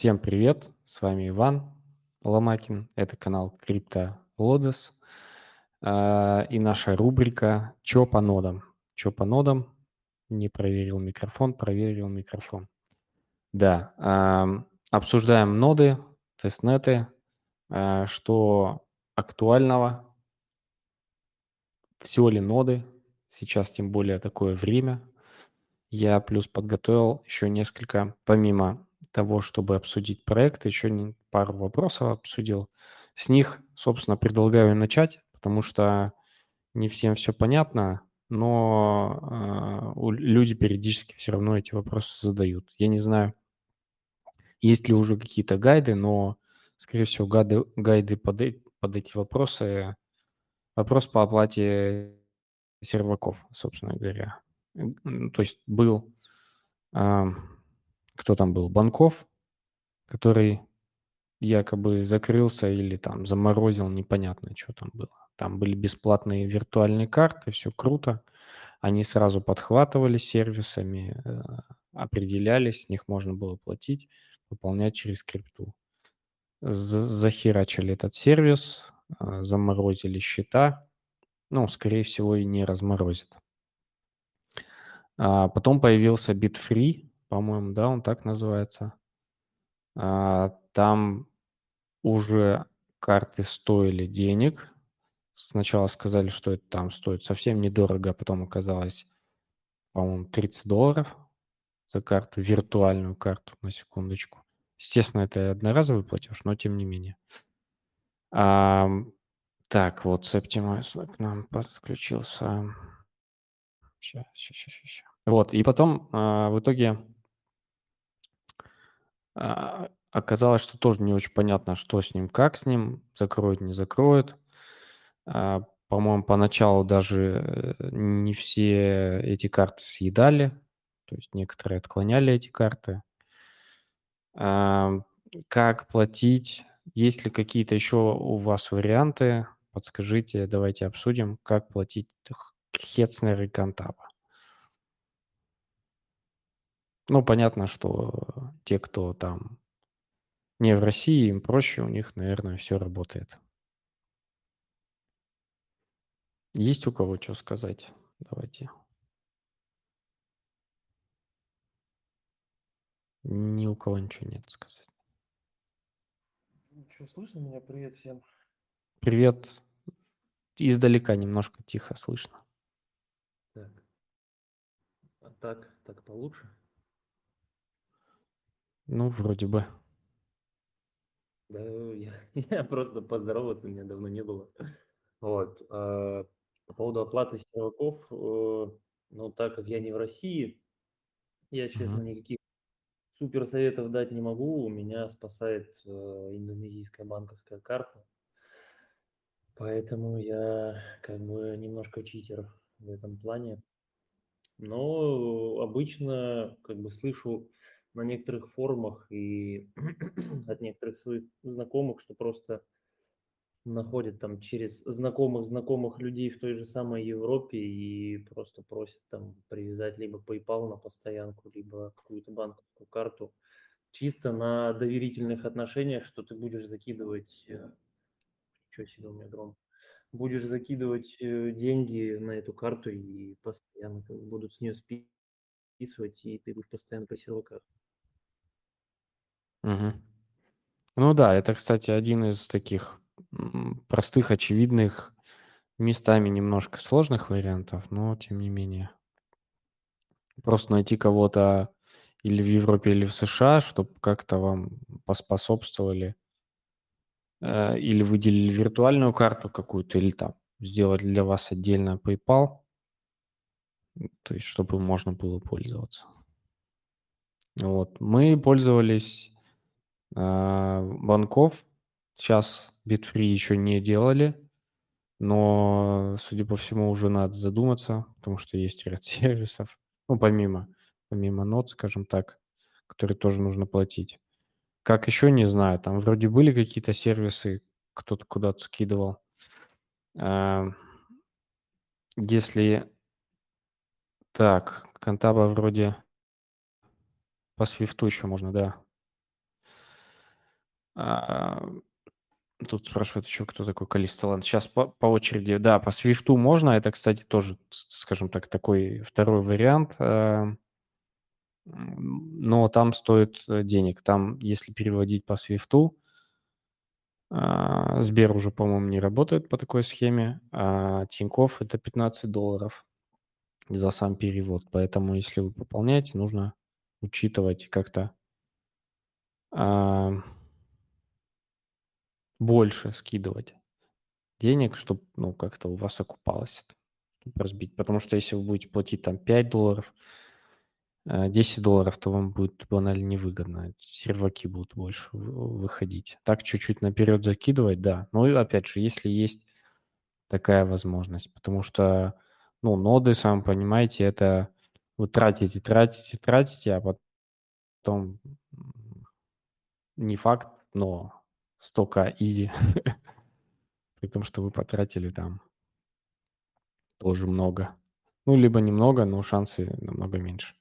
Всем привет, с вами Иван Ломакин, это канал Крипто Лодес и наша рубрика «Чё по нодам?». «Чё по нодам?». Не проверил микрофон, проверил микрофон. Да, обсуждаем ноды, тестнеты, что актуального, все ли ноды, сейчас тем более такое время. Я плюс подготовил еще несколько, помимо того, чтобы обсудить проект, еще пару вопросов обсудил. С них, собственно, предлагаю начать, потому что не всем все понятно, но люди периодически все равно эти вопросы задают. Я не знаю, есть ли уже какие-то гайды, но, скорее всего, гайды под эти вопросы. Вопрос по оплате серваков, собственно говоря. То есть был Ам, кто там был? Банков, который якобы закрылся или там заморозил, непонятно, что там было. Там были бесплатные виртуальные карты, все круто. Они сразу подхватывались сервисами, определялись, с них можно было платить, пополнять через крипту. Захерачили этот сервис, заморозили счета. Ну, скорее всего, и не разморозят. Потом появился Bitfree, по-моему, да, он так называется. Там уже карты стоили денег. Сначала сказали, что это там стоит совсем недорого, а потом оказалось, по-моему, $30 за карту, виртуальную карту, на секундочку. Естественно, это одноразовый платеж, но тем не менее. Ам, так, вот Septimize к нам подключился. Сейчас. Вот, и потом в итоге оказалось, что тоже не очень понятно, что с ним, как с ним, закроют, не закроют. По-моему, поначалу даже не все эти карты съедали, то есть некоторые отклоняли эти карты. Ам, Как платить? Есть ли какие-то еще у вас варианты? Подскажите, давайте обсудим, как платить Хетцнер и Кантаба. Ну, понятно, что те, кто там не в России, им проще, у них, наверное, все работает. Есть у кого что сказать? Давайте. Ни у кого ничего нет сказать. Ну чё, слышно меня? Привет всем. Привет. Издалека немножко тихо слышно. Так, так получше? Ну, вроде бы. Да, я просто поздороваться, меня давно не было. Вот. По поводу оплаты серваков, ну, так как я не в России, я, честно, Мгм. никаких супер советов дать не могу. Меня спасает индонезийская банковская карта, поэтому я как бы немножко читер в этом плане. Но обычно как бы слышу на некоторых форумах и от некоторых своих знакомых, что просто находят там через знакомых людей в той же самой Европе и просто просят там привязать либо PayPal на постоянку, либо какую-то банковскую карту. Чисто на доверительных отношениях, что ты будешь закидывать, что себе у меня гром, будешь закидывать деньги на эту карту и постоянно как бы будут с нее списывать, и ты будешь постоянно при серваках. Мгм. Ну да, это, кстати, один из таких простых, очевидных, местами немножко сложных вариантов, но тем не менее. Просто найти кого-то или в Европе, или в США, чтобы как-то вам поспособствовали, или выделили виртуальную карту какую-то, или там сделали для вас отдельно PayPal, то есть чтобы можно было пользоваться. Вот. Мы пользовались банков. Сейчас Bitfree еще не делали, но, судя по всему, уже надо задуматься, потому что есть ряд сервисов, ну, помимо нот, скажем так, которые тоже нужно платить. Как еще, не знаю, там вроде были какие-то сервисы, кто-то куда-то скидывал. А, Если так, Контаба вроде по свифту еще можно, да. А, Тут спрашивают еще, кто такой Калиста. Ладно, сейчас по очереди. Да, по Свифту можно. Это, кстати, тоже, скажем так, такой второй вариант. Но там стоит денег. Там, если переводить по Свифту, Сбер уже, по-моему, не работает по такой схеме, а Тинькофф — это $15 за сам перевод. Поэтому, если вы пополняете, нужно учитывать и как-то а, больше скидывать денег, чтобы, ну, как-то у вас окупалось это, чтоб разбить. Потому что если вы будете платить там $5, $10, то вам будет банально невыгодно. Серваки будут больше выходить. Так чуть-чуть наперед закидывать, да. Но и опять же, если есть такая возможность, потому что, ну, ноды, сами понимаете, это вы тратите, тратите, тратите, а потом не факт, но столько изи, при том, что вы потратили там тоже много. Ну, либо немного, но шансы намного меньше.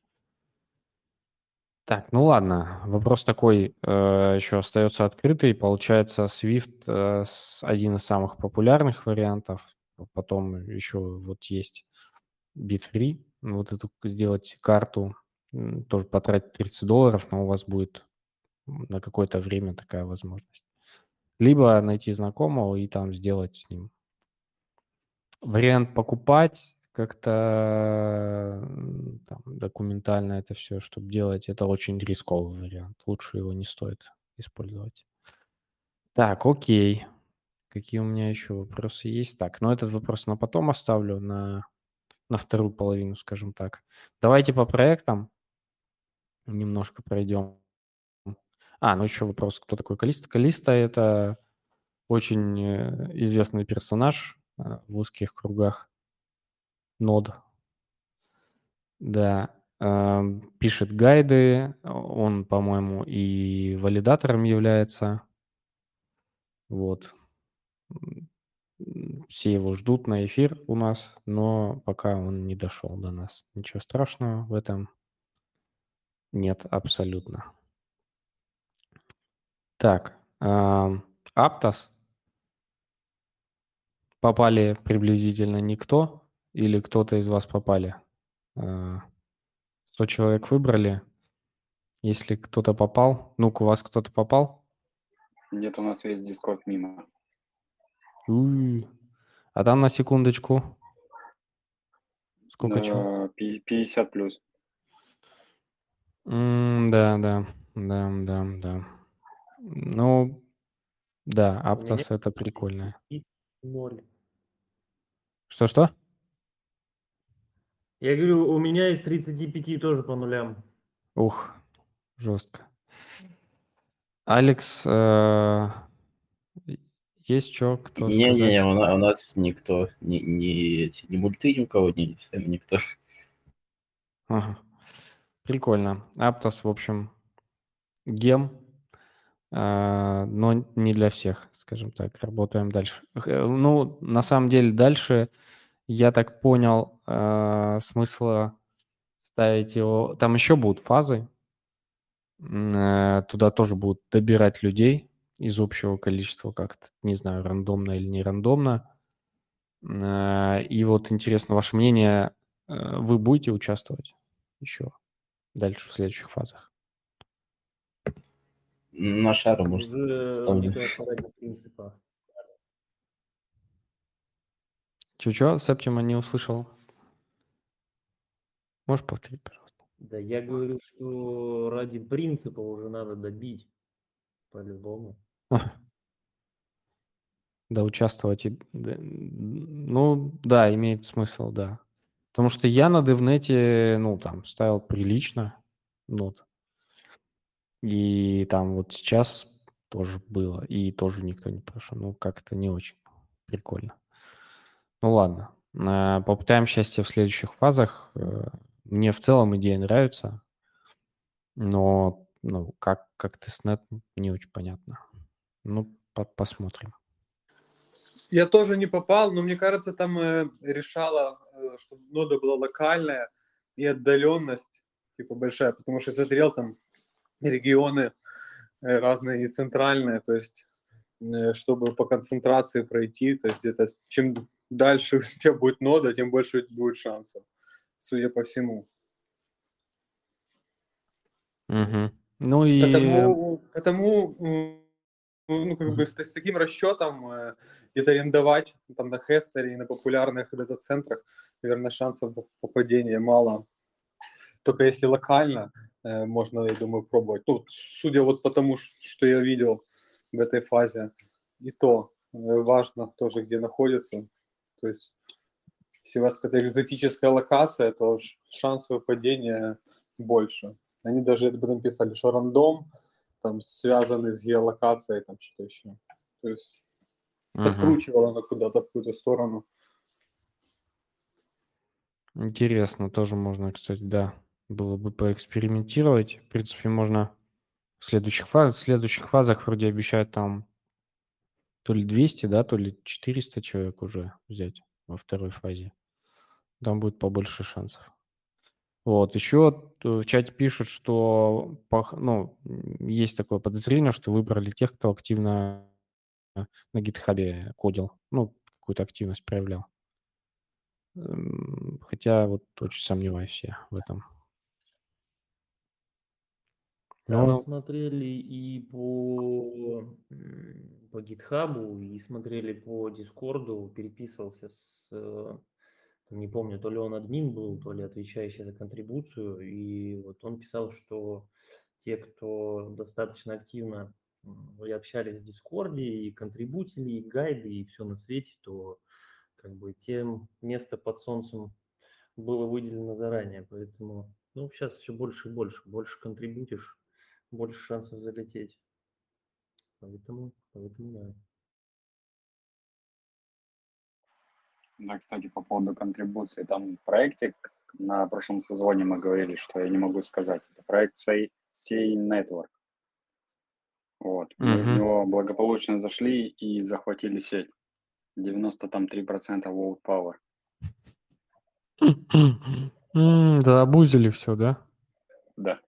Так, ну ладно, вопрос такой еще остается открытый. Получается, Swift один из самых популярных вариантов. Потом еще вот есть Bitfree. Вот эту сделать карту, тоже потратить $30, но у вас будет на какое-то время такая возможность. Либо найти знакомого и там сделать с ним. Вариант покупать как-то там документально это все, чтобы делать, это очень рисковый вариант. Лучше его не стоит использовать. Так, окей. Какие у меня еще вопросы есть? Так, ну этот вопрос на потом оставлю, на вторую половину, скажем так. Давайте по проектам немножко пройдем. Ну еще вопрос, кто такой Калиста? Калиста — это очень известный персонаж в узких кругах нод. Да, пишет гайды, он, по-моему, и валидатором является. Вот. Все его ждут на эфир у нас, но пока он не дошел до нас. Ничего страшного в этом нет абсолютно. Так, Аптос попали приблизительно никто или кто-то из вас попали? 100 человек выбрали. Если кто-то попал, ну-ка, у вас кто-то попал? Нет, у нас весь Discord мимо. Уй. А там на секундочку. Сколько чего? 50 плюс. Да, да, да, да, да. Ну, да, У меня Аптос — это из прикольно. 30 0. Что-что? Я говорю, у меня из 35 тоже по нулям. Ух, жестко. Алекс, есть что, кто Не-не-не, сказать? у нас никто, ни мульты ни у кого не есть, никто. Ага. Прикольно. Аптос, в общем, гем, но не для всех, скажем так. Работаем дальше. Ну, на самом деле, дальше, я так понял, смысла ставить его... Там еще будут фазы. Туда тоже будут добирать людей из общего количества как-то, не знаю, рандомно или не рандомно. И вот интересно ваше мнение, вы будете участвовать еще дальше в следующих фазах? На шару, может, Уже, мне ставлю. кажется, ради принципа. Чё, Септима не услышал? Можешь повторить, пожалуйста? Да я говорю, что ради принципа уже надо добить. По-любому. Да, участвовать. Ну, да, имеет смысл, да. Потому что я на DevNet, ну, там, ставил прилично нот. И там вот сейчас тоже было, и тоже никто не прошел. Ну, как-то не очень прикольно. Ну, ладно. Попытаем счастье в следующих фазах. Мне в целом идея нравится, но, ну, как тестнет, не очень понятно. Ну, посмотрим. Я тоже не попал, но мне кажется, там решало, чтобы нода была локальная и отдаленность типа большая, потому что я смотрел там регионы разные и центральные, то есть чтобы по концентрации пройти, то есть где-то чем дальше у тебя будет нода, тем больше будет шансов, судя по всему. Мгм. Ну и Потому ну, как бы с таким расчетом где-то арендовать там на Хестере и на популярных дата-центрах, наверное, шансов попадения мало. Только если локально, можно, я думаю, пробовать. Ну, судя вот по тому, что я видел в этой фазе, и то важно тоже, где находится. То есть, если у вас какая-то экзотическая локация, то шанс выпадения больше. Они даже об этом писали, что рандом там связанный с геолокацией, там что-то еще. То есть Мгм. подкручивало она куда-то в какую-то сторону. Интересно, тоже можно, кстати, да, было бы поэкспериментировать. В принципе, можно в следующих фазах вроде обещают там то ли 200, да, то ли 400 человек уже взять во второй фазе. Там будет побольше шансов. Вот, еще в чате пишут, что есть такое подозрение, что выбрали тех, кто активно на гитхабе кодил, ну, какую-то активность проявлял. Хотя вот очень сомневаюсь я в этом. Там Но смотрели и по GitHub, и смотрели по Discord, переписывался не помню, то ли он админ был, то ли отвечающий за контрибуцию, и вот он писал, что те, кто достаточно активно и общались в Дискорде, и контрибутили, и гайды, и все на свете, то как бы тем место под солнцем было выделено заранее, поэтому, ну, сейчас все больше и больше контрибутишь, больше шансов залететь. Поэтому да. Да, кстати, по поводу контрибуции. Там проектик, на прошлом сезоне мы говорили, что я не могу сказать. Это проект Say Network. Вот. Мы в Мгм. него благополучно зашли и захватили сеть. 93% vote power. Заобузили все, да? Да.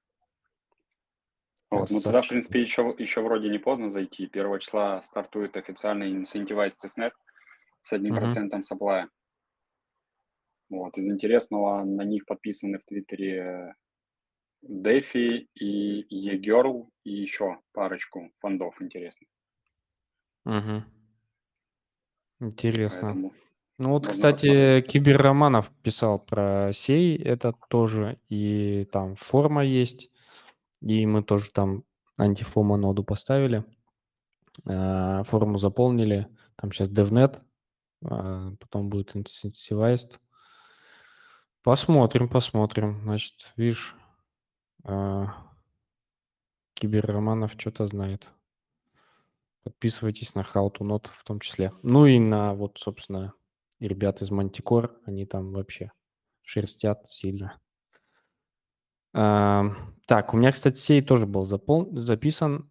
Вот. Ну туда, в Красавчики. принципе, еще вроде не поздно зайти. 1 числа стартует официальный Incentivized Testnet с 1% сапплая. Вот. Из интересного, на них подписаны в Твиттере Дефи и eGirl, и еще парочку фондов интересных. Мгм. Интересно. Поэтому Ну вот, можно посмотреть. кстати, Киберроманов писал про сей, это тоже, и там форма есть, и мы тоже там антифома ноду поставили, форму заполнили, там сейчас DevNet, потом будет incentivized. Посмотрим, значит, видишь, Киберроманов что-то знает. Подписывайтесь на How to Not в том числе. Ну и на вот, собственно, и ребят из Manticore, они там вообще шерстят сильно. Так, у меня, кстати, сей тоже был записан.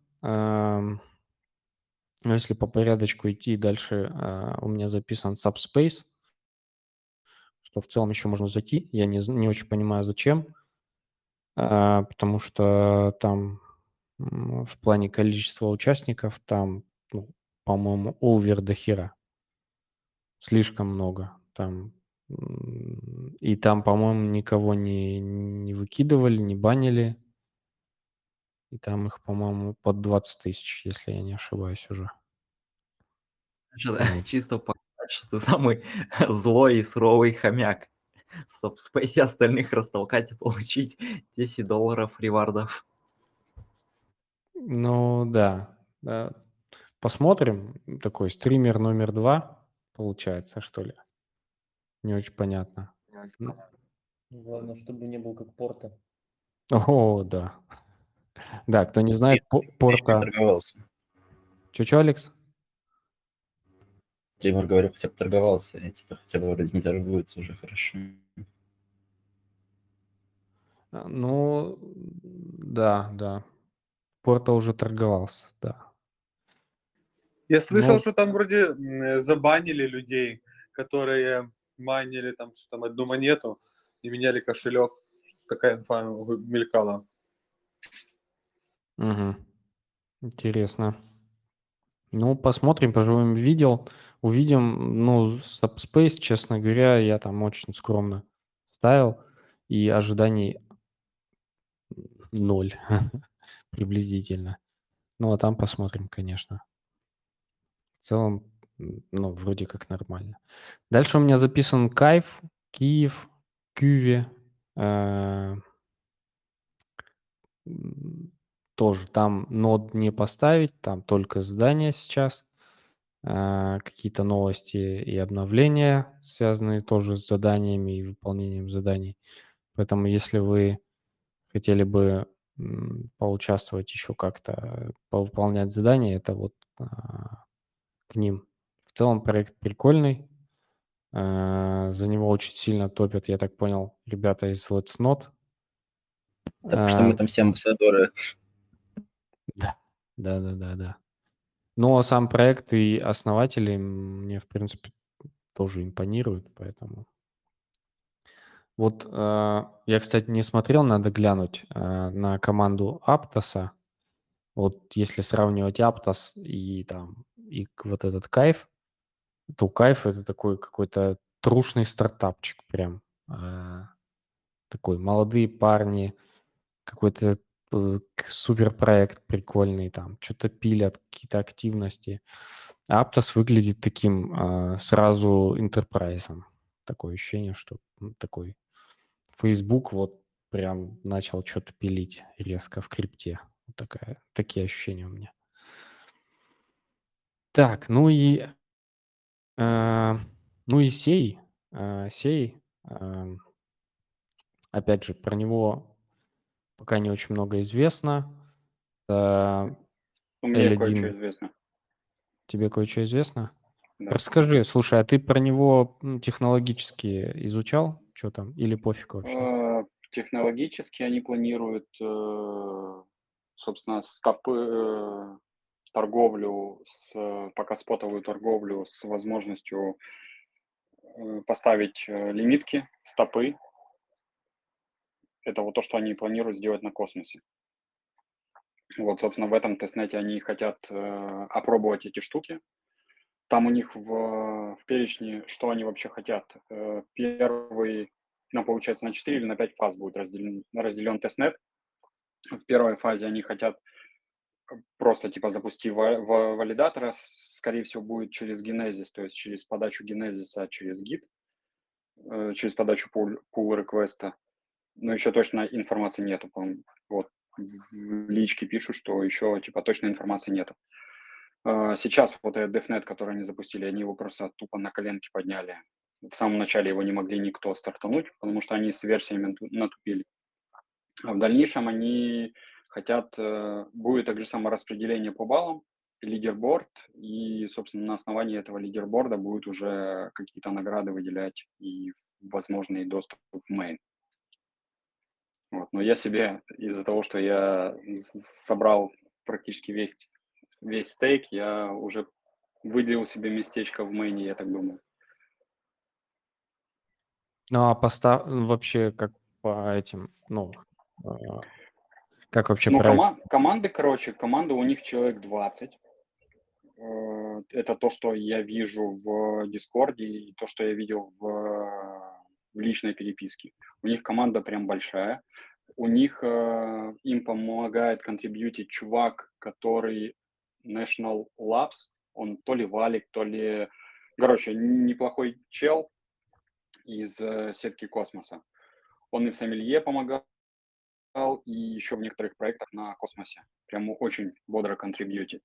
Но если по порядочку идти дальше, у меня записан Subspace, что в целом еще можно зайти. Я не очень понимаю, зачем, потому что там в плане количества участников там, ну, по-моему, овер до хера. Слишком много. Там, и там, по-моему, никого не выкидывали, не банили. И там их, по-моему, под 20 тысяч, если я не ошибаюсь уже. Вот. Чисто показать, что ты самый злой и суровый хомяк. В сабспейсе остальных растолкать и получить $10 ревардов. Ну, да. Посмотрим. Такой стример номер 2, получается, что ли. Не очень понятно. Ну, Главное, чтобы не был как Порта. О, да. Да, кто не знает, Стример Порта... торговался. Чё, Алекс? Стример, говорю, хотя бы торговался. Эти-то хотя бы вроде не торгуются уже хорошо. Ну, да. Порта уже торговался, да. Я слышал, Ну, что там вроде забанили людей, которые майнили там, что там одну монету и меняли кошелек. Такая инфа мелькала. мгм. Интересно. Ну, посмотрим, поживем, увидим. Ну, Subspace, честно говоря, я там очень скромно ставил, и ожиданий 0 приблизительно. Ну, а там посмотрим, конечно. В целом, ну, вроде как нормально. Дальше у меня записан Кайф, Киев, Кюве. э, Тоже там нод не поставить, там только здание сейчас. Какие-то новости и обновления, связанные тоже с заданиями и выполнением заданий. Поэтому если вы хотели бы поучаствовать еще как-то, повыполнять задания, это вот к ним. В целом проект прикольный. За него очень сильно топят, я так понял, ребята из Let's Not. Так что мы там все амбассадоры. Да, да. Ну, а сам проект и основатели мне, в принципе, тоже импонируют, поэтому... Вот я, кстати, не смотрел, надо глянуть на команду Aptos. Вот если сравнивать Aptos и там и вот этот Кайф, то Кайф это такой какой-то трушный стартапчик прям. Такой молодые парни, какой-то суперпроект прикольный, там что-то пилят, какие-то активности. А Aptos выглядит таким сразу интерпрайзом. Такое ощущение, что такой Facebook вот прям начал что-то пилить резко в крипте. Вот такие ощущения у меня. Так, ну и сей. Сей, опять же, про него пока не очень много известно. Это Мне кое-что L1. известно. Тебе кое-что известно? Да. Расскажи, слушай, а ты про него технологически изучал? Что там? Или пофиг вообще? Технологически они планируют, собственно, торговлю, пока спотовую торговлю с возможностью поставить лимитки, стопы. Это вот то, что они планируют сделать на космосе. Вот, собственно, в этом тестнете они хотят опробовать эти штуки. Там у них в перечне, что они вообще хотят. Первый, получается, на 4 или на 5 фаз будет разделен тестнет. В первой фазе они хотят просто типа запустить валидатора, скорее всего, будет через Genesis, то есть через подачу Genesis, через Git, через подачу pull реквеста. Но еще точно информации нету. Вот в личке пишут, что еще типа точной информации нету. Сейчас вот этот DevNet, который они запустили, они его просто тупо на коленке подняли. В самом начале его не могли никто стартануть, потому что они с версиями натупили. А в дальнейшем они хотят, будет также самораспределение по баллам, лидерборд, и, собственно, на основании этого лидерборда будут уже какие-то награды выделять и возможный доступ в мейн. Вот. Но я себе из-за того, что я собрал практически весь стейк, я уже выделил себе местечко в мейне, я так думаю. Ну, а вообще как по этим, как вообще Ну, проект? команды у них человек 20. Это то, что я вижу в Дискорде и то, что я видел в личной переписке. У них команда прям большая. У них им помогает контрибьютить чувак, который National Labs, он то ли Валик, то ли... Короче, неплохой чел из сетки космоса. Он и в Сомелье помогал, и еще в некоторых проектах на космосе. Прям очень бодро контрибьютит.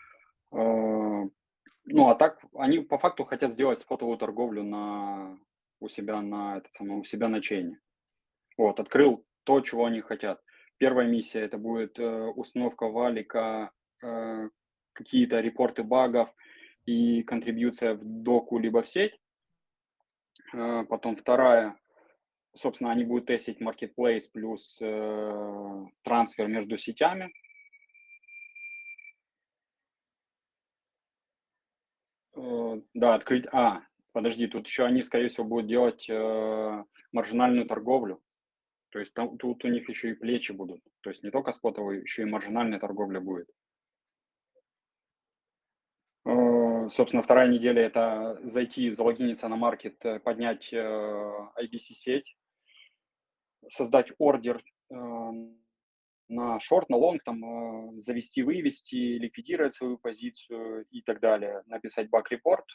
Ну, а так они по факту хотят сделать спотовую торговлю у себя на чейне. Вот, открыл то, чего они хотят. Первая миссия это будет установка валика, какие-то репорты багов и контрибьюция в доку либо в сеть. Потом вторая, собственно, они будут тестить marketplace плюс трансфер между сетями. Да, открыть... подожди, тут еще они, скорее всего, будут делать маржинальную торговлю. То есть тут у них еще и плечи будут. То есть не только спотовые, еще и маржинальная торговля будет. Собственно, вторая неделя – это зайти, залогиниться на маркет, поднять IBC-сеть, создать ордер на шорт, на лонг, там, завести, вывести, ликвидировать свою позицию и так далее, написать баг-репорт,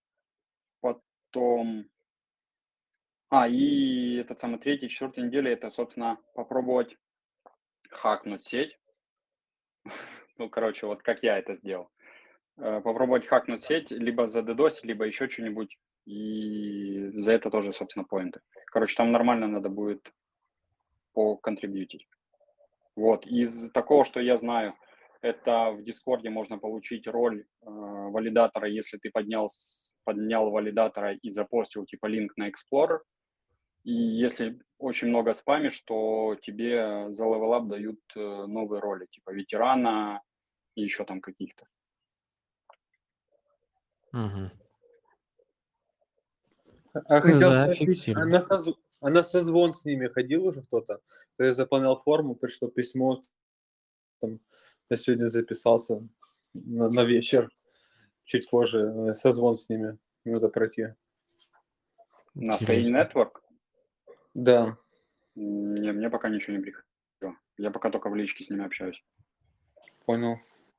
потом… и этот самый третий, четвертая неделя – это, собственно, попробовать хакнуть сеть. Ну, короче, вот как я это сделал. Попробовать хакнуть сеть, либо за DDoS, либо еще что-нибудь, и за это тоже, собственно, поинты. Короче, там нормально надо будет поконтрибьютить. Вот, из такого, что я знаю, это в Дискорде можно получить роль валидатора, если ты поднял валидатора и запостил типа линк на Explorer. И если очень много спамишь, то тебе за левелап дают новые роли, типа ветерана и еще там каких-то. Мгм. Хотел спросить, Зафиксируем. на созвон с ними ходил уже кто-то? То есть заполнял форму, пришло письмо, там, я сегодня записался на вечер, чуть позже, созвон с ними надо пройти. На Say Интересно. Network? Да. Не, мне пока ничего не приходило. Я пока только в личке с ними общаюсь. Понял.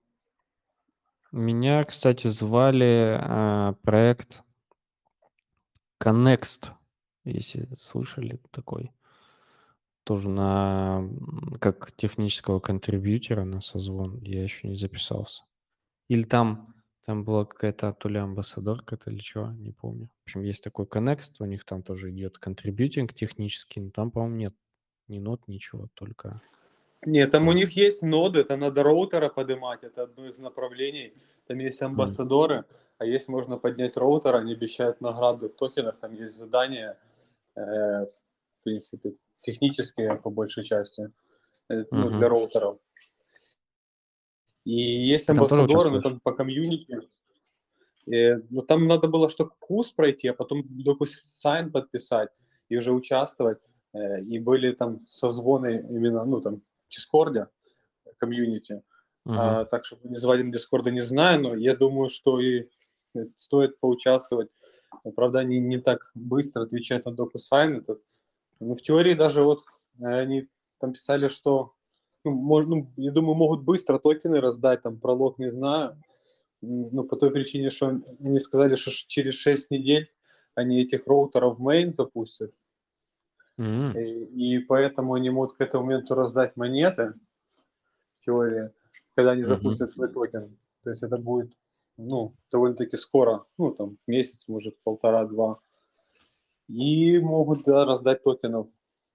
Меня, кстати, звали проект Connext, если слышали такой. Тоже как технического контрибьютора на созвон. Я еще не записался. Или там была какая-то то ли амбассадорка, то ли чего, не помню. В общем, есть такой Connext, у них там тоже идет контрибьютинг технический, но там, по-моему, нет ни нод, ничего, только… Нет, там у них есть ноды, это надо роутера поднимать, это одно из направлений. Там есть амбассадоры, а есть можно поднять роутер, они обещают награды в токенах, там есть задания, в принципе, технические по большей части, для роутеров. И есть Ты там тоже амбассадоры, но участвуешь? там по комьюнити. Но там надо было что курс пройти, а потом DocuSign подписать и уже участвовать. И были там созвоны именно, там, в Дискорде, комьюнити. Так что не звали на Дискорда, не знаю, но я думаю, что и стоит поучаствовать. Правда, не так быстро отвечать на DocuSign. В теории даже вот они там писали, что, я думаю, могут быстро токены раздать, там пролог не знаю. По той причине, что они сказали, что через 6 недель они этих роутеров в main запустят. И поэтому они могут к этому моменту раздать монеты, в теории, когда они запустят свой токен. То есть это будет, довольно-таки скоро, там месяц, может, полтора-два. И могут, раздать токенов.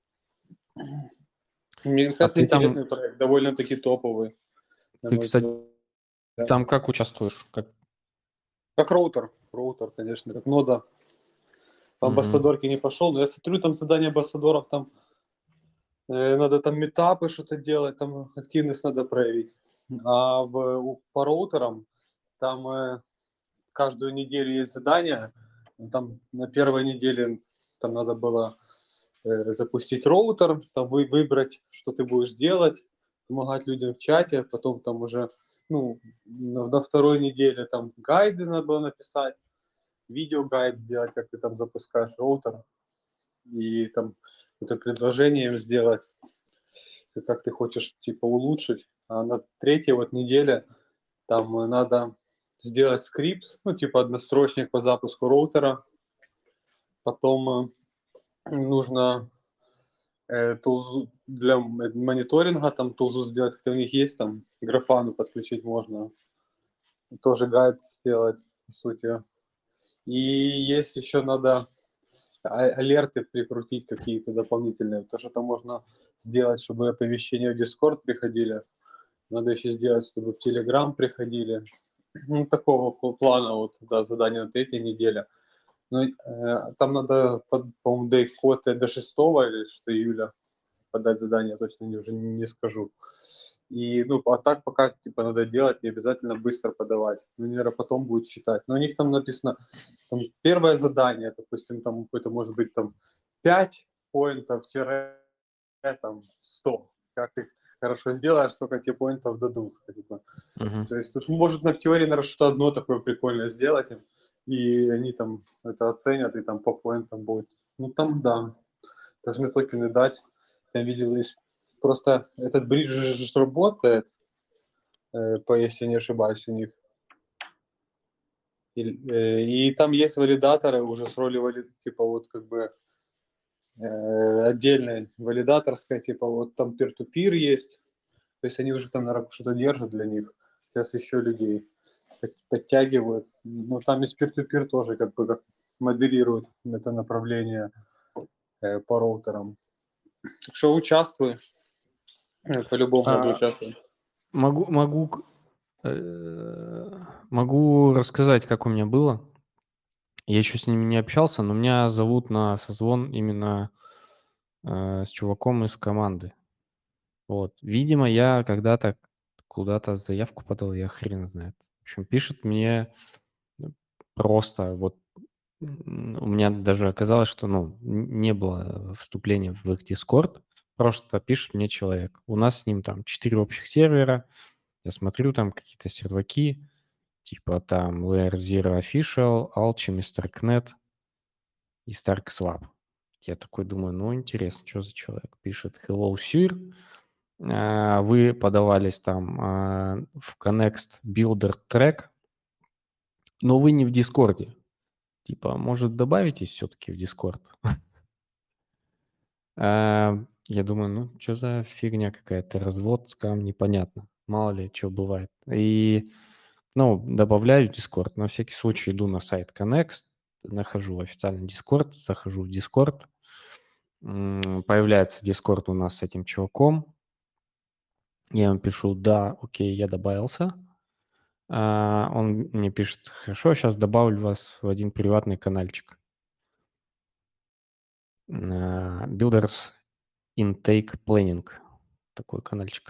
Мне кажется, ты там- интересный проект, довольно-таки топовый. Ты, кстати, там как участвуешь? Как роутер, конечно, как нода. По амбассадорке не пошел, но я смотрю, там задание амбассадоров, там надо там метапы что-то делать, там активность надо проявить. А по роутерам там каждую неделю есть задания. Там на первой неделе там надо было запустить роутер, там выбрать, что ты будешь делать, помогать людям в чате, потом там уже, на второй неделе там гайды надо было написать, видеогайд сделать, как ты там запускаешь роутер, и там это предложение им сделать, как ты хочешь типа улучшить. А на третьей вот неделе там надо сделать скрипт, типа однострочник по запуску роутера. Потом нужно тулзу для мониторинга, там тулзу сделать, как у них есть, там графану подключить можно. Тоже гайд сделать, по сути. И есть еще надо алерты прикрутить какие-то дополнительные. То, что там можно сделать, чтобы оповещения в Discord приходили. Надо еще сделать, чтобы в Telegram приходили. Такого плана задание на третьей неделе. Там надо, по-моему, код до 6 или 6 июля подать задание, точно уже не скажу. И, а так пока типа надо делать, не обязательно быстро подавать. Наверное, потом будет считать. Но у них там написано, там, первое задание, допустим, там какое-то может быть там 5 поинтов, там 100. Как их хорошо сделаешь, сколько тебе поинтов дадут. Как бы. Мгм. То есть тут может в теории, наверное, что-то одно такое прикольное сделать им, и они там это оценят, и там по поинтам будет. Ну там да, должны токены дать. Я видел, есть просто этот бридж же работает, если не ошибаюсь, у них. И там есть валидаторы уже с ролью типа вот как бы отдельная валидаторская, типа вот там peer-to-peer есть. То есть они уже там, наверное, что-то держат для них. Сейчас еще людей подтягивают. Но там из peer-to-peer тоже как бы как модерируют это направление по роутерам. Так что участвуй. По-любому надо А, участвовать. могу рассказать, как у меня было. Я еще с ними не общался, но меня зовут на созвон именно с чуваком из команды. Вот. Видимо, я когда-то куда-то заявку подал, я хрен знает. В общем, пишет мне просто вот у меня даже оказалось, что не было вступления в их Discord, просто пишет мне человек. У нас с ним там 4 общих сервера, я смотрю, там какие-то серваки, типа там Layer Zero Official, Alchemy, StarkNet и StarkSwap. Я такой думаю, интересно, что за человек? Пишет Hello, Sir. Вы подавались там в Connext Builder Track, но вы не в Дискорде. Типа, может, добавитесь все-таки в Discord? Я думаю, что за фигня какая-то, развод, скам, непонятно. Мало ли, что бывает. И, добавляю в Discord. На всякий случай иду на сайт Connext, нахожу официальный Discord, захожу в Discord. Появляется Discord у нас с этим чуваком. Я ему пишу, да, окей, я добавился. Он мне пишет, хорошо, сейчас добавлю вас в один приватный канальчик. Builders Intake Planning. Такой канальчик.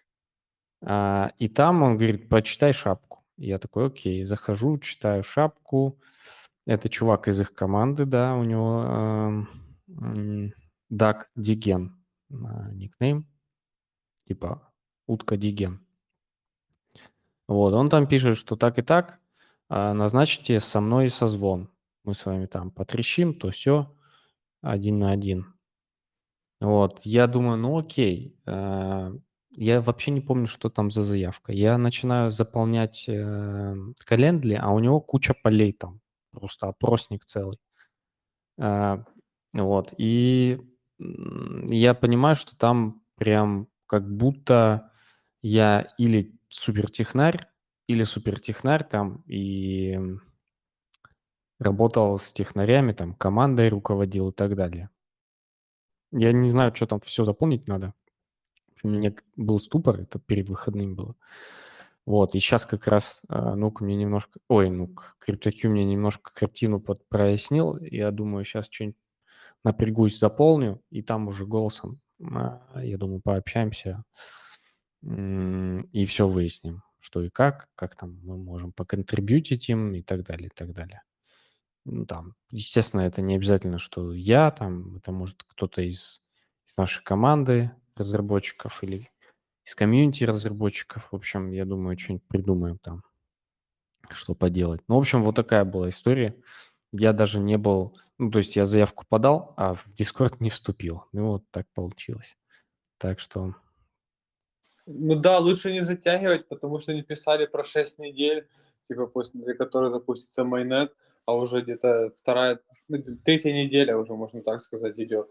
И там он говорит, почитай шапку. Я такой, окей, захожу, читаю шапку. Это чувак из их команды, да, у него Даг Диген никнейм, типа утка Диген. Вот, он там пишет, что так и так, назначьте со мной созвон. Мы с вами там потрещим, то все, 1 на 1. Вот, я думаю, окей. Я вообще не помню, что там за заявка. Я начинаю заполнять календли, а у него куча полей там. Просто опросник целый. Вот, и я понимаю, что там прям как будто я или супертехнарь там и работал с технарями, там командой руководил и так далее. Я не знаю, что там все заполнить надо. У меня был ступор, это перед выходным было. Вот, и сейчас как раз ну-ка мне немножко... Ой, ну-ка, CryptoQ мне немножко картину прояснил. Я думаю, сейчас что-нибудь напрягусь, заполню, и там уже голосом, я думаю, пообщаемся и все выясним, что и как там мы можем поконтрибьютить им и так далее, и так далее. Ну, там, естественно, это не обязательно, что я, там, это может кто-то из нашей команды разработчиков или из комьюнити разработчиков. В общем, я думаю, что-нибудь придумаем там, что поделать. Ну, в общем, вот такая была история. Я даже не был... Ну, то есть я заявку подал, а в Discord не вступил. Ну, вот так получилось. Так что... Ну да, лучше не затягивать, потому что они писали про 6 недель, типа после которой запустится майонет, а уже где-то третья неделя уже, можно так сказать, идет.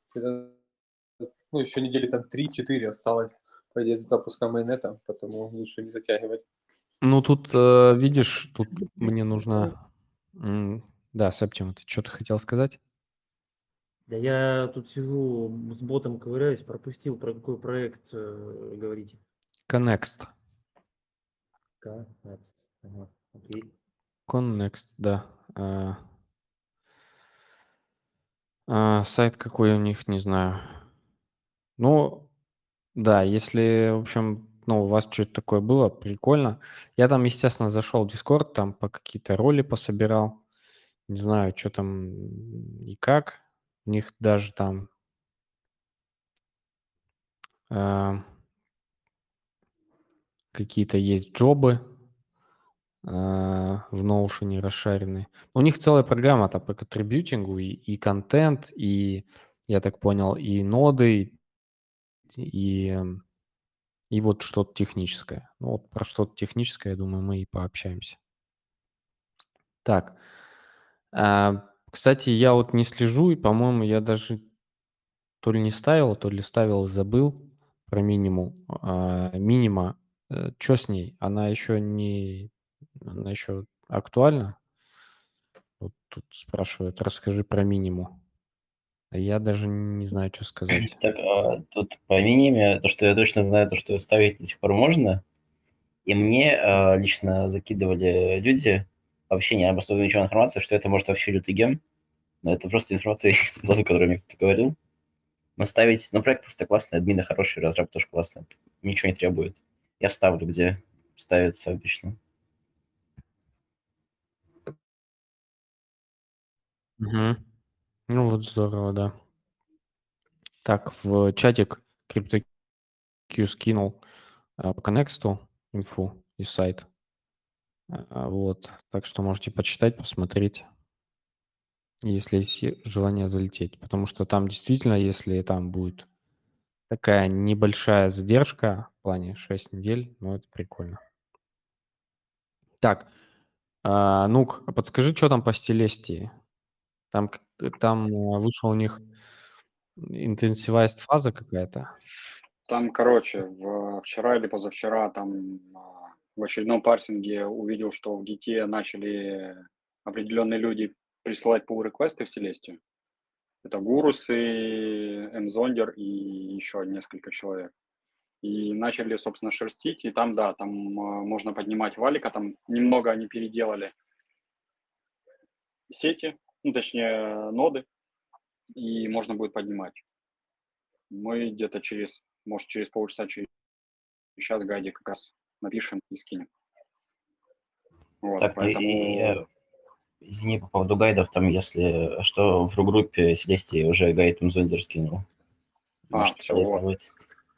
Ну, еще недели там 3-4 осталось, по идее, до запуска майонета, потому лучше не затягивать. Ну, тут, видишь, тут мне нужно... Да, Септим, ты что-то хотел сказать? Да я тут сижу с ботом ковыряюсь, пропустил, про какой проект говорите. Connext. Ага, окей. Connext, да. Сайт какой у них, не знаю. Ну, да, если, в общем, у вас что-то такое было, прикольно. Я там, естественно, зашел в Discord, там по какие-то роли пособирал. Не знаю, что там и как. У них даже там какие-то есть джобы в Notion расшаренные. У них целая программа-то по контрибьютингу и контент, и, я так понял, и ноды, и вот что-то техническое. Ну, вот про что-то техническое, я думаю, мы и пообщаемся. Так. Кстати, я вот не слежу, и, по-моему, я даже то ли не ставил, то ли ставил и забыл про минимум. Минима, что с ней? Она еще актуальна? Вот тут спрашивают, расскажи про минимум. А я даже не знаю, что сказать. Так, тут по миниме, то, что я точно знаю, то, что ставить до сих пор можно. И мне лично закидывали люди вообще не обоснованную ничего информацию, что это может вообще лютый ген. Но это просто информация из головы, которую мне кто-то говорил. Но ставить, ну, проект просто классный, админы хорошие, разраб тоже классный. Ничего не требует. Я ставлю, где ставится обычно. Мгм. Ну вот здорово, да. Так, в чатик CryptoQ скинул по Connext'у инфу и сайт. Вот, так что можете почитать, посмотреть, если есть желание залететь. Потому что там действительно, если там будет такая небольшая задержка в плане 6 недель, ну это прикольно. Так, Нук, а подскажи, что там по Стилестии? Там вышел у них интенсивайзд фаза какая-то. Там, короче, вчера или позавчера там в очередном парсинге увидел, что в Git начали определенные люди присылать pull-реквесты в Селестию. Это Гурусы, Мзондер и еще несколько человек. И начали, собственно, шерстить. И там, да, там можно поднимать валика. Там немного они переделали сети, ну, точнее, ноды. И можно будет поднимать. Мы где-то может, через полчаса, через час гайде как раз напишем и скинем. Вот, Так, поэтому... извини, по поводу гайдов, там, если что, в ру-группе Селестии уже гайд Мзондер скинул. Может, все, полезно вот. будет.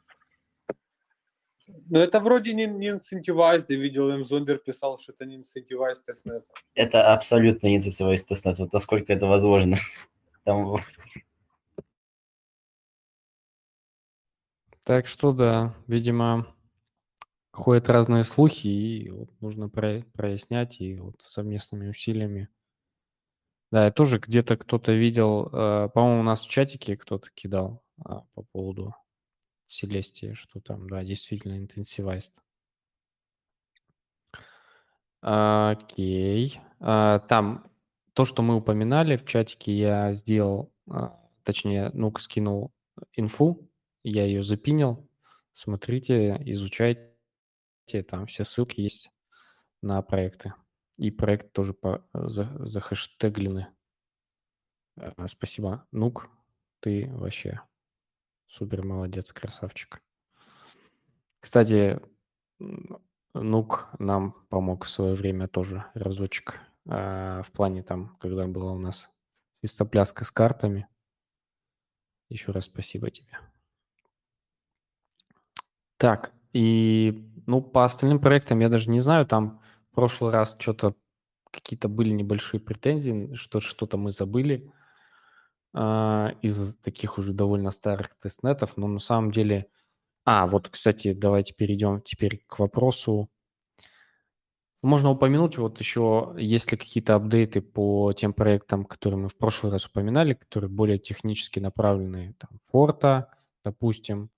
Ну, это вроде не incentivized. Я видел, Зондер писал, что это не incentivized тестнет. Это абсолютно не инициативный тестнет, вот насколько это возможно. Там Так что да, видимо, ходят разные слухи, и вот нужно прояснять, и вот совместными усилиями. Да, я тоже где-то кто-то видел, по-моему, у нас в чатике кто-то кидал по поводу Селестии, что там, да, действительно интенсивайст. Окей. Там то, что мы упоминали в чатике, я сделал, точнее, Нук скинул инфу, я ее запинил. Смотрите, изучайте, там все ссылки есть на проекты. И проект тоже захэштеглены. Спасибо, Нук, ты вообще супер молодец, красавчик. Кстати, Нук нам помог в свое время тоже разочек в плане там, когда была у нас свистопляска с картами. Еще раз спасибо тебе. Так, и ну по остальным проектам я даже не знаю, там в прошлый раз что-то какие-то были небольшие претензии, что что-то мы забыли из таких уже довольно старых тестнетов, но на самом деле... вот, кстати, давайте перейдем теперь к вопросу. Можно упомянуть вот еще, есть ли какие-то апдейты по тем проектам, которые мы в прошлый раз упоминали, которые более технически направленные, там, Форта, допустим,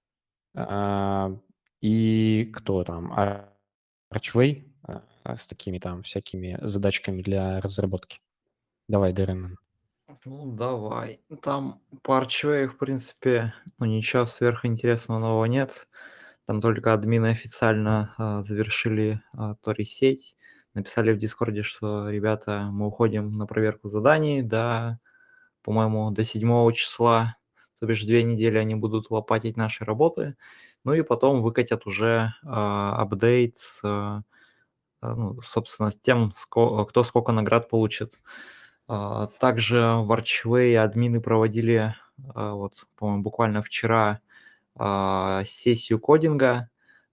и кто там, Archway с такими там всякими задачками для разработки. Давай, Дэрен. Ну, давай. Там по Archway, в принципе, ничего сверхинтересного нового нет. Там только админы официально завершили Тори-сеть. Написали в Дискорде, что, ребята, мы уходим на проверку заданий по-моему, до 7 числа. То бишь 2 недели они будут лопатить наши работы. Ну и потом выкатят уже апдейт ну, собственно, с тем, кто сколько наград получит. Также в Archway админы проводили, вот, по-моему, буквально вчера сессию кодинга.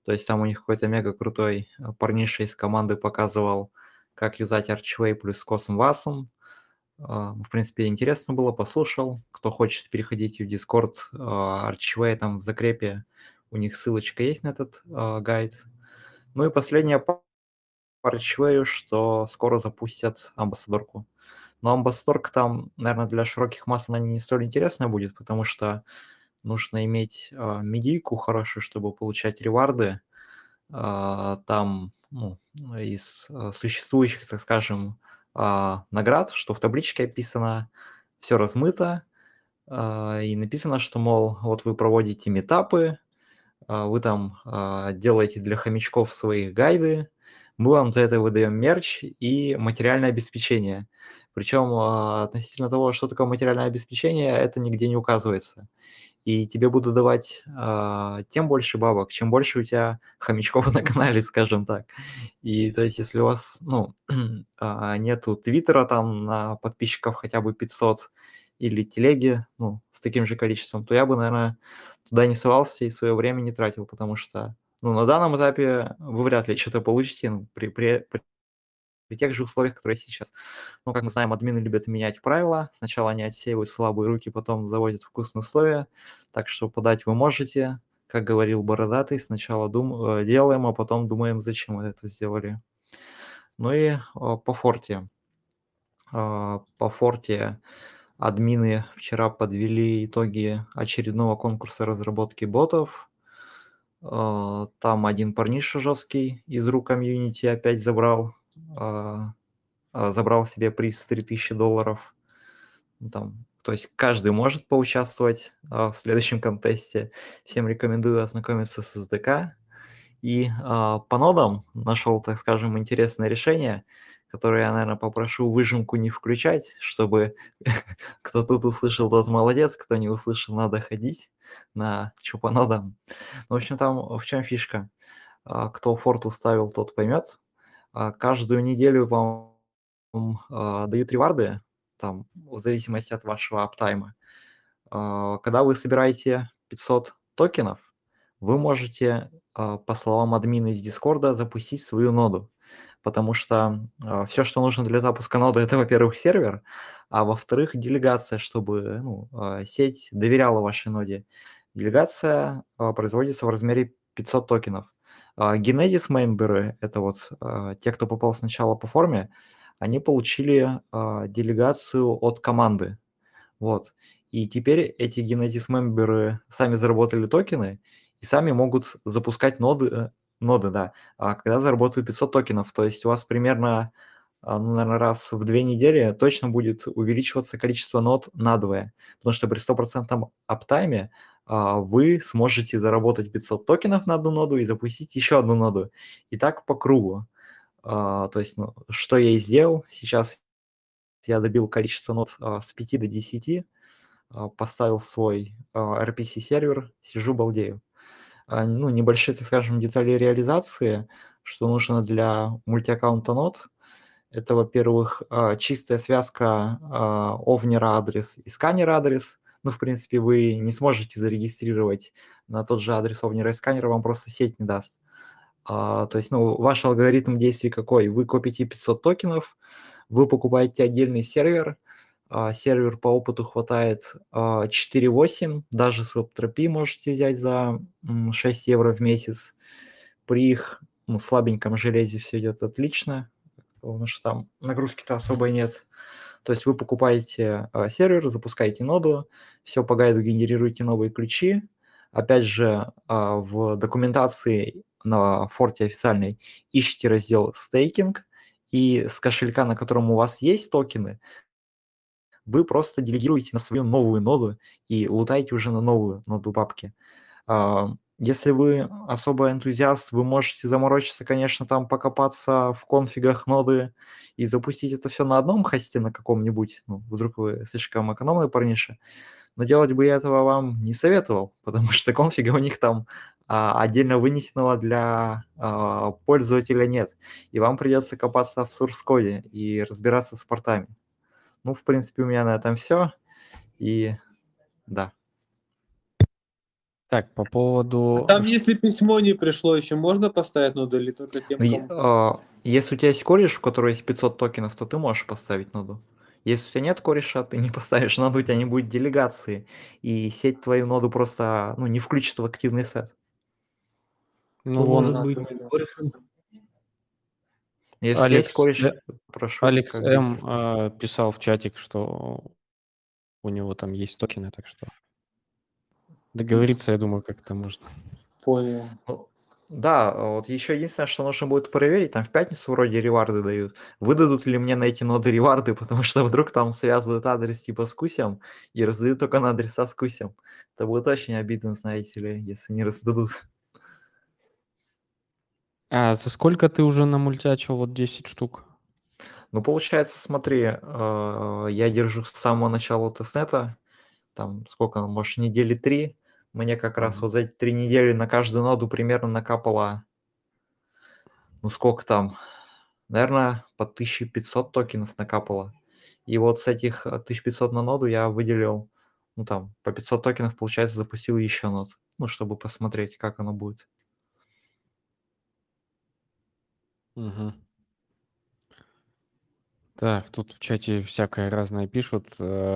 То есть там у них какой-то мега крутой парниша из команды показывал, как юзать Archway плюс Cosm Wasm. В принципе, интересно было, послушал. Кто хочет, переходите в Discord, Archway там в закрепе, у них ссылочка есть на этот гайд. Ну и последнее по Archway, что скоро запустят амбассадорку. Но амбассадорка там, наверное, для широких масс она не столь интересная будет, потому что нужно иметь медийку хорошую, чтобы получать реварды. Там из существующих, так скажем, наград, что в табличке описано, все размыто, и написано, что, мол, вот вы проводите митапы, вы там делаете для хомячков своих гайды, мы вам за это выдаем мерч и материальное обеспечение. Причем относительно того, что такое материальное обеспечение, это нигде не указывается. И тебе будут давать тем больше бабок, чем больше у тебя хомячков на канале, скажем так. И то есть, если у вас нету твиттера там на подписчиков хотя бы 500 или телеги с таким же количеством, то я бы, наверное, туда не совался и свое время не тратил, потому что на данном этапе вы вряд ли что-то получите при тех же условиях, которые сейчас. Как мы знаем, админы любят менять правила. Сначала они отсеивают слабые руки, потом заводят вкусные условия. Так что подать вы можете. Как говорил Бородатый, сначала делаем, а потом думаем, зачем мы это сделали. Ну и по форте. По форте админы вчера подвели итоги очередного конкурса разработки ботов. Там один парниша жесткий из рук комьюнити опять забрал себе приз $3000. То есть каждый может поучаствовать в следующем контесте. Всем рекомендую ознакомиться с SDK. И по нодам нашел, так скажем, интересное решение, которое я, наверное, попрошу выжимку не включать, чтобы кто тут услышал, тот молодец, кто не услышал, надо ходить на что по нодам. В общем, там в чем фишка? Кто форт уставил, тот поймет. Каждую неделю вам дают реварды, там, в зависимости от вашего аптайма. Когда вы собираете 500 токенов, вы можете, по словам админа из Дискорда, запустить свою ноду. Потому что все, что нужно для запуска ноды, это, во-первых, сервер, а во-вторых, делегация, чтобы сеть доверяла вашей ноде. Делегация производится в размере 500 токенов. Genesis мемберы, это вот те, кто попал сначала по форме, они получили делегацию от команды. Вот. И теперь эти Genesis мемберы сами заработали токены и сами могут запускать ноды, да, когда заработают 500 токенов. То есть у вас примерно, наверное, раз в 2 недели точно будет увеличиваться количество нод надвое. Потому что при 100% аптайме вы сможете заработать 500 токенов на одну ноду и запустить еще одну ноду. И так по кругу. То есть, что я и сделал. Сейчас я добил количество нод с 5 до 10, поставил свой RPC-сервер, сижу, балдею. Небольшие, так скажем, детали реализации, что нужно для мультиаккаунта нод. Это, во-первых, чистая связка овнера адрес и сканера адрес. В принципе, вы не сможете зарегистрировать на тот же адрес овнера и сканера, вам просто сеть не даст. То есть, ваш алгоритм действий какой? Вы копите 500 токенов, вы покупаете отдельный сервер, сервер по опыту хватает 4.8, даже с WebTropy можете взять за 6 евро в месяц. При их слабеньком железе все идет отлично, потому что там нагрузки-то особо нет. То есть вы покупаете сервер, запускаете ноду, все по гайду генерируете новые ключи. Опять же, в документации на форте официальной ищите раздел стейкинг, и с кошелька, на котором у вас есть токены, вы просто делегируете на свою новую ноду и лутаете уже на новую ноду папки. Если вы особо энтузиаст, вы можете заморочиться, конечно, там покопаться в конфигах ноды и запустить это все на одном хосте на каком-нибудь, вдруг вы слишком экономный парниша. Но делать бы я этого вам не советовал, потому что конфига у них там отдельно вынесенного для пользователя нет. И вам придется копаться в source-коде и разбираться с портами. В принципе, у меня на этом все. И да. Так, по поводу... Там, если письмо не пришло, еще можно поставить ноду или только тем, кому... Если у тебя есть кореш, у которого есть 500 токенов, то ты можешь поставить ноду. Если у тебя нет кореша, ты не поставишь ноду, у тебя не будет делегации. И сеть твою ноду просто не включит в активный сет. Ну, Кто может вон, быть понял. корешем? Если у тебя есть Алекс, кореш, прошу. Алекс как М. бы, писал в чатик, что у него там есть токены, так что договориться, я думаю, как-то можно. Понял. Да, вот еще единственное, что нужно будет проверить, там в пятницу вроде реварды дают. Выдадут ли мне на эти ноды реварды, потому что вдруг там связывают адрес типа с кусем и раздают только на адреса с кусем. Это будет очень обидно, знаете ли, если не раздадут. А за сколько ты уже намультячил? Вот 10 штук. Ну, получается, смотри, я держу с самого начала тестнета, там сколько, может, недели 3. Мне как раз вот за эти 3 недели на каждую ноду примерно накапало, ну сколько там, наверное, по 1500 токенов накапало. И вот с этих 1500 на ноду я выделил, ну там, по 500 токенов, получается, запустил еще нод, ну, чтобы посмотреть, как оно будет. Мгм. Так, тут в чате всякое разное пишут.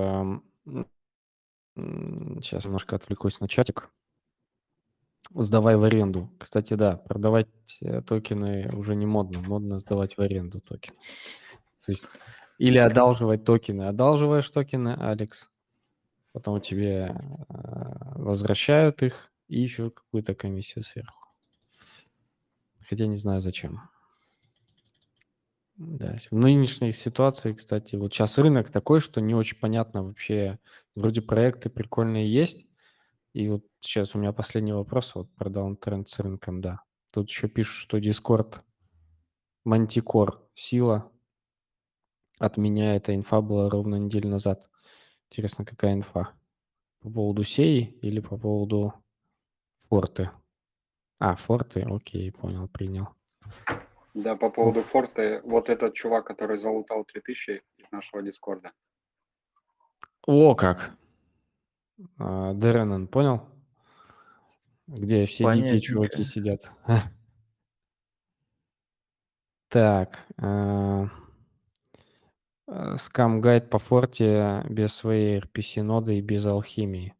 Сейчас немножко отвлекусь на чатик. Сдавай в аренду. Кстати, да, продавать токены уже не модно. Модно сдавать в аренду токены. То есть или одалживать токены. Одалживаешь токены, Алекс, потом тебе возвращают их и еще какую-то комиссию сверху. Хотя не знаю зачем. Да, в нынешней ситуации, кстати, вот сейчас рынок такой, что не очень понятно вообще. Вроде проекты прикольные есть. И вот сейчас у меня последний вопрос вот про даунтренд с рынком, да. Тут еще пишут, что Discord Manticore сила от меня эта инфа была ровно неделю назад. Интересно, какая инфа? По поводу сеи или по поводу форты? Форты, окей, понял, принял. Да, по поводу форты, вот этот чувак, который залутал 3000 из нашего Дискорда. О, как! Деренен, понял? Где все дикие чуваки Понятненько. сидят. Так. Скам-гайд по форте без своей RPC-ноды и без алхимии.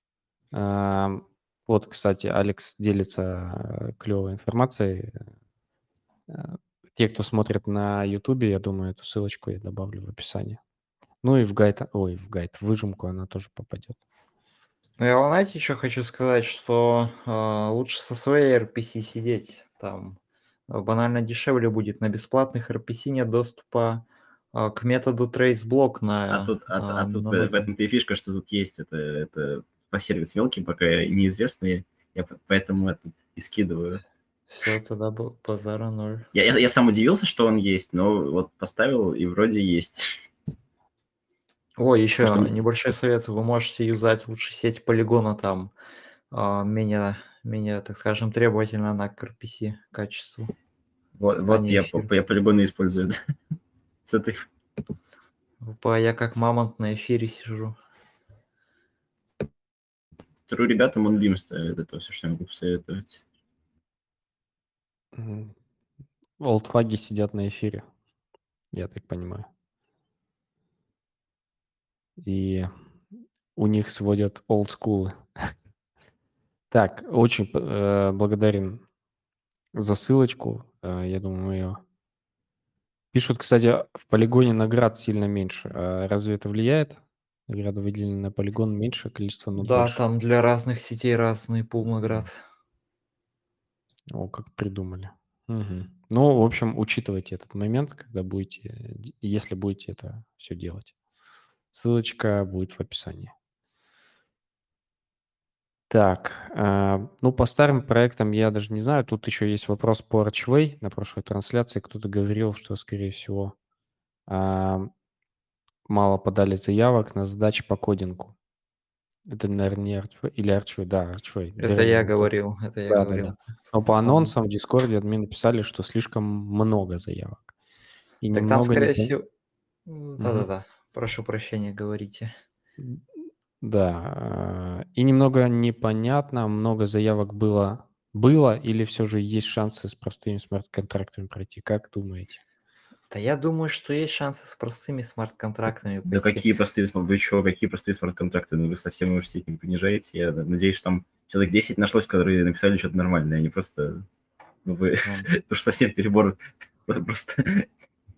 Вот, кстати, Алекс делится клевой информацией. Те, кто смотрит на Ютубе, я думаю, эту ссылочку я добавлю в описании. Ну и в гайд, в выжимку она тоже попадет. Ну, я вам, знаете, еще хочу сказать, что лучше со своей RPC сидеть. Там банально дешевле будет. На бесплатных RPC нет доступа к методу TraceBlock на Тут в ноде. этом-то и фишка, что тут есть это по сервис мелкий, пока неизвестный. Я поэтому это и скидываю. Все, тогда базара ноль. Я сам удивился, что он есть, но вот поставил, и вроде есть. Ой, еще Что- небольшой совет. Вы можете юзать лучше сеть полигона, там менее, так скажем, требовательно на к RPC качеству. Вот не я эфир. полигоны использую, да, с этой. Я как мамонт на эфире сижу. Тру ребятам он бим ставит, это все, что я могу посоветовать. Олдфаги сидят на эфире, я так понимаю. И у них сводят олдскулы. Так, очень благодарен за ссылочку. Я думаю, мы ее... Пишут, кстати, в полигоне наград сильно меньше. Разве это влияет? Награды, выделены на полигон, меньше, количество нот Да, больше. там для разных сетей разный пул наград. О, как придумали. Мгм. Ну, в общем, учитывайте этот момент, когда будете, если будете это все делать. Ссылочка будет в описании. Так, ну, по старым проектам я даже не знаю. Тут еще есть вопрос по Archway. На прошлой трансляции кто-то говорил, что, скорее всего, мало подали заявок на задачи по кодингу. Это, наверное, не Archway или Archway, да, Archway. Это я говорил, это я Да. говорил. Но по анонсам в Дискорде админы писали, что слишком много заявок. И Так там, немного скорее не... всего... Да-да-да, прошу прощения, говорите. Да, и немного непонятно, много заявок было или все же есть шансы с простыми смарт-контрактами пройти? Как думаете? Да я думаю, что есть шансы с простыми смарт-контрактами Да пойти. какие простые, вы чё, какие простые смарт-контракты? Ну вы совсем университет не понижаете. Я надеюсь, что там человек 10 нашлось, которые написали что-то нормальное, а не просто... Ну вы... Ну, Это же совсем перебор. Просто...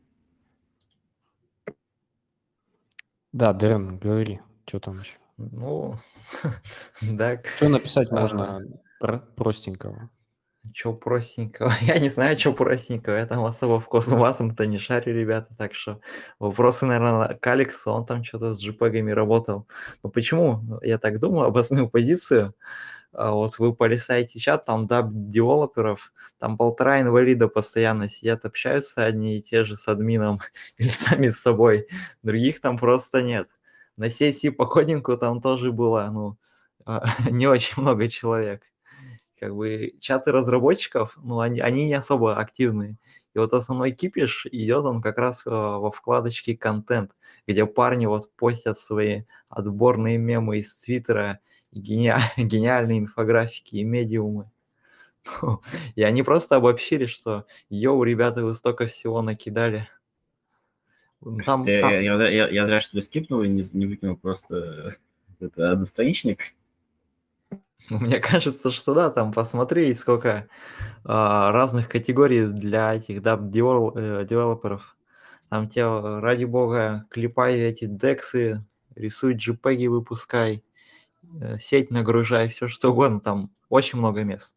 Да, Дэн, говори, что там еще? ну, так. Что написать можно простенького? Чё простенького? Я не знаю, чё простенького. Я там особо в Космосом-то не шарю, ребята. Так что вопросы, наверное, к Алексу. Он там что-то с JPEG-ами работал. Но почему? Я так думаю, обосную позицию. Вот вы полистаете чат, там даб-девелоперов, там 1,5 инвалида постоянно сидят, общаются одни и те же с админом или сами с собой. Других там просто нет. На сессии по кодингу там тоже было, не очень много человек. Как бы чаты разработчиков, они не особо активные. И вот основной кипиш идет он как раз во вкладочке «Контент», где парни вот постят свои отборные мемы из Твиттера, и гениальные инфографики и медиумы. И они просто обобщили, что «Йоу, ребята, вы столько всего накидали». Там, Я зря, что ли, скипнул и не выкинул просто это одностраничник. мне кажется, что да, там посмотри, сколько разных категорий для этих девелоперов. Там тебе, ради бога, клепай эти дексы, рисуй JPEG, выпускай, сеть нагружай, все что угодно. Там очень много мест.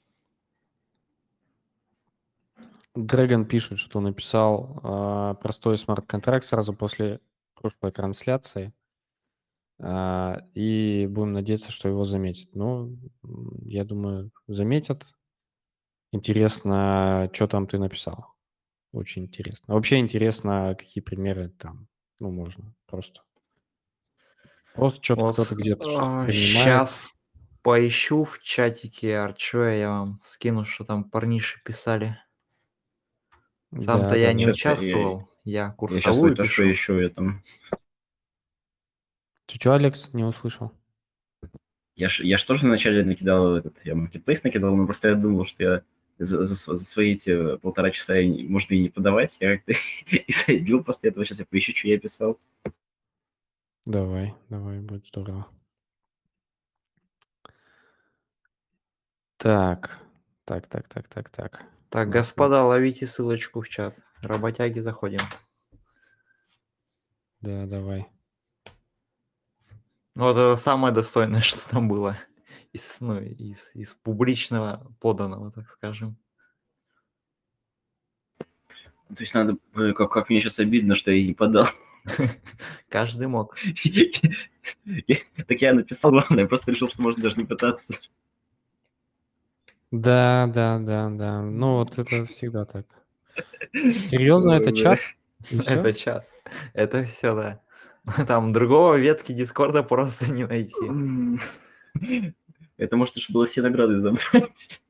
Дрэгон пишет, что написал простой смарт-контракт сразу после прошлой трансляции. И будем надеяться, что его заметят. Ну, я думаю, заметят. Интересно, что там ты написал. Очень интересно. Вообще интересно, какие примеры там, можно просто. Просто что-то Вот кто-то где-то что-то принимает. сейчас поищу в чатике Арчоя, я вам скину, что там парниши писали. Сам-то я не Чё-то участвовал, я Я сейчас курсовую это что пишу. еще я там... Ты что, Алекс, не услышал? Я ж тоже вначале накидал я маркетплейс накидал, но просто я думал, что я за свои эти 1,5 часа можно и не подавать. Я как-то и забил после этого. Сейчас я поищу, что я писал. Давай, будет здорово. Так. Так, У нас господа, ловите ссылочку в чат. Работяги, заходим. Да, давай. Вот это самое достойное, что там было из публичного поданного, так скажем. То есть надо... Как мне сейчас обидно, что я не подал. Каждый мог. Так я написал, главное, я просто решил, что можно даже не пытаться. Да. Ну, вот это всегда так. Серьезно, это чат? И все? Это чат. Это все, да. Там другого ветки Дискорда просто не найти. Это может еще было все награды забрать.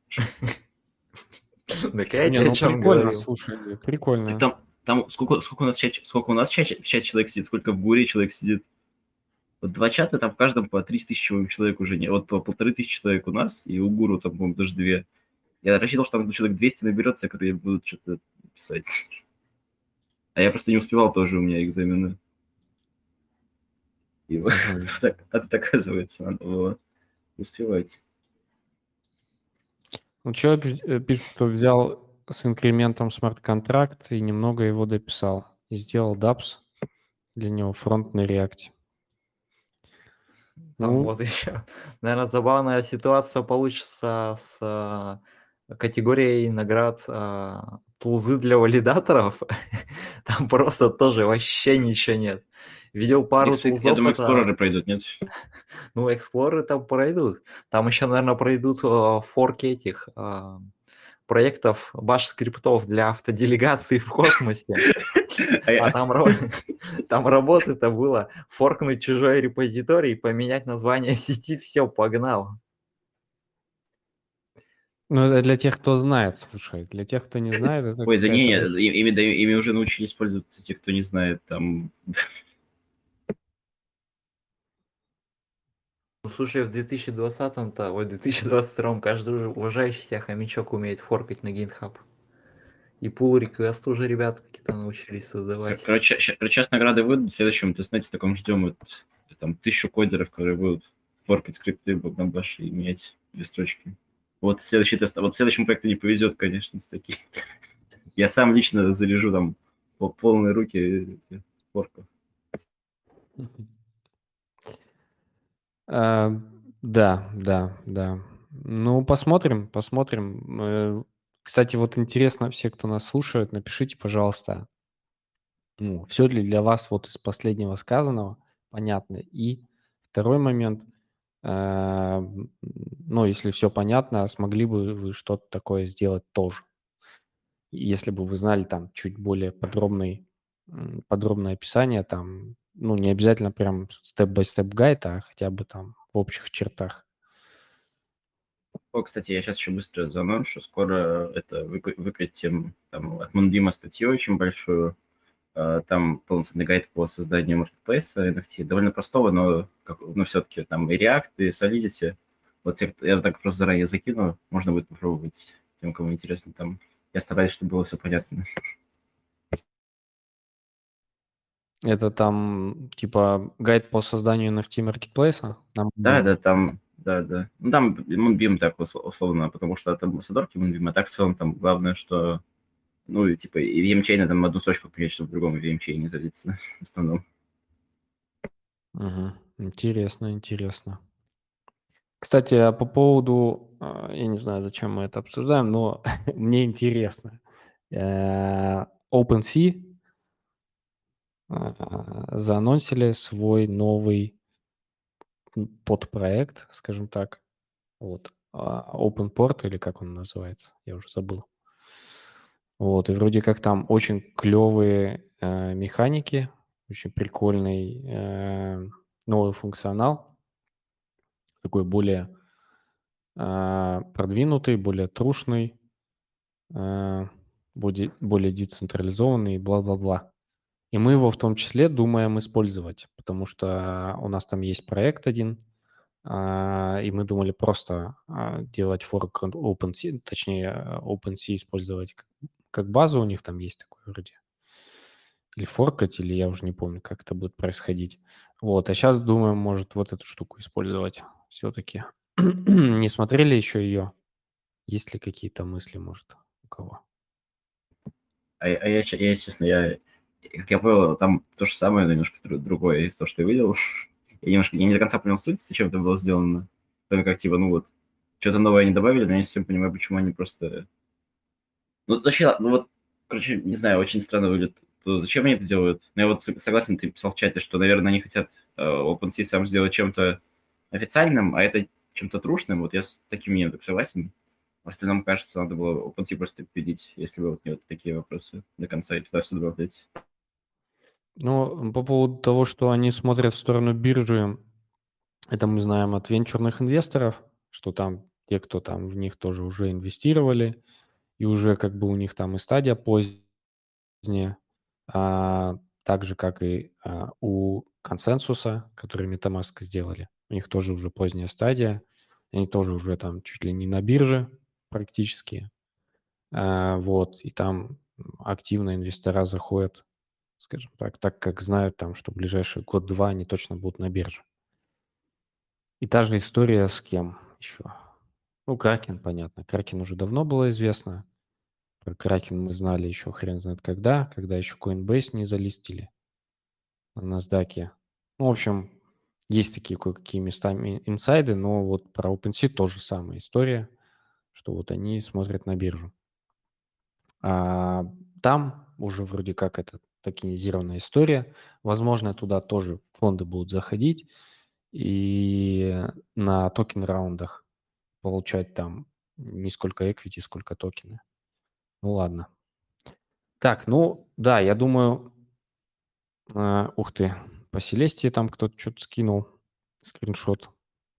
Так я Не, тебе о ну чем прикольно, говорил. слушай, прикольно. Там сколько у нас в чате человек сидит, сколько в Гуре человек сидит. Вот 2 чата, там в каждом по 3000 человек уже нет. Вот по 1500 человек у нас, и у Гуру там, по-моему, даже 2. Я рассчитывал, что там человек 200 наберется, которые будут что-то писать. А я просто не успевал тоже, у меня экзамены. И вот так оказывается, надо было успевать. Ну, человек пишет, что взял с инкрементом смарт-контракт и немного его дописал. И сделал DApps для него фронт на React. Там Ну, вот еще, наверное, забавная ситуация получится с категорией наград тулзы для валидаторов. Там просто тоже вообще ничего нет. Видел пару Я тулзов, думаю, это... эксплореры пройдут, нет? Ну, эксплореры там пройдут. Там еще, наверное, пройдут форки этих проектов, баш-скриптов для автоделегации в космосе. А там работы-то было форкнуть чужой репозиторий, поменять название сети, все, погнал. ну, это для тех, кто знает, слушай. Для тех, кто не знает, это Ой, да какая-то... не, ими уже научились пользоваться те, кто не знает, там... Ну, слушай, в 2020-то, ой, 2022 каждый уже уважающий себя хомячок умеет форкать на GitHub. И pull request уже ребята какие-то научились создавать. Короче, сейчас награды выйдут. В следующем тестнете таком ждем там 1000 кодеров, которые будут форкать скрипты, Богдан Баш и менять две строчки. Вот следующий тест. Вот следующему проекту не повезет, конечно, с таким. Я сам лично заряжу там полные руки форков. Да. Ну, посмотрим. Кстати, вот интересно, все, кто нас слушает, напишите, пожалуйста, ну, все ли для вас вот из последнего сказанного понятно. И второй момент, ну, если все понятно, смогли бы вы что-то такое сделать тоже? Если бы вы знали там чуть более подробное описание, там, ну, не обязательно прям степ-бай-степ гайд, а хотя бы там в общих чертах. О, кстати, я сейчас еще быстро заношу. Скоро это выкатим там, от Moonbeam статью очень большую. Там полноценный гайд по созданию маркетплейса NFT. Довольно простого, но все-таки там и React, и Solidity. Вот я так просто заранее закину. Можно будет попробовать тем, кому интересно. Там я стараюсь, чтобы было все понятно. Это там типа гайд по созданию NFT маркетплейса? Да, там, да. Ну, там Moonbeam так условно, потому что это амбассадорки Moonbeam, а так в целом там главное, что ну, и типа и VMchain там одну строчку принять, чтобы в другом VMchain не залиться в основном. Угу. Интересно. Кстати, а по поводу, я не знаю, зачем мы это обсуждаем, но мне интересно. OpenSea заанонсили свой новый подпроект, скажем так, вот, OpenPort, или как он называется, я уже забыл. Вот, и вроде как там очень клевые механики, очень прикольный новый функционал, такой более продвинутый, более трушный, более децентрализованный, бла-бла-бла. И мы его в том числе думаем использовать, потому что у нас там есть проект один, и мы думали просто делать форк OpenSea, точнее OpenSea использовать как базу, у них там есть такой вроде. Или форкать, или я уже не помню, как это будет происходить. Вот, а сейчас думаем, может, вот эту штуку использовать все-таки. Не смотрели еще ее? Есть ли какие-то мысли, может, у кого? Я, честно, как я понял, там то же самое, но немножко другое из того, что я видел. Я не до конца понял суть, зачем это было сделано. Кроме как, типа, ну вот, что-то новое они добавили, но я не совсем понимаю, почему они просто... Ну, вообще, ну вот, короче, не знаю, очень странно выглядит. То зачем они это делают? Но я вот согласен, ты писал в чате, что, наверное, они хотят OpenSea сам сделать чем-то официальным, а это чем-то трушным. Вот я с таким не так согласен. В остальном, кажется, надо было OpenSea просто победить, если бы вот не вот такие вопросы до конца и туда все добавлять. Ну, по поводу того, что они смотрят в сторону биржи, это мы знаем от венчурных инвесторов, что там те, кто там в них тоже уже инвестировали, и уже как бы у них там и стадия поздняя, так же, как и у консенсуса, который MetaMask сделали. У них тоже уже поздняя стадия, они тоже уже там чуть ли не на бирже практически. Вот, и там активно инвестора заходят, скажем так как знают там, что в ближайший год-два они точно будут на бирже. И та же история с кем еще? Ну, Кракен, понятно. Кракен уже давно было известно. Про Кракен мы знали еще хрен знает когда еще Coinbase не залистили на NASDAQ. Ну, в общем, есть такие кое-какие местами инсайды, но вот про OpenSea тоже самая история, что вот они смотрят на биржу. А там уже вроде как это токенизированная история. Возможно, туда тоже фонды будут заходить и на токен-раундах получать там не сколько equity, сколько токены. Ну ладно. Так, ну да, я думаю, ух ты, по Селестии там кто-то что-то скинул, скриншот.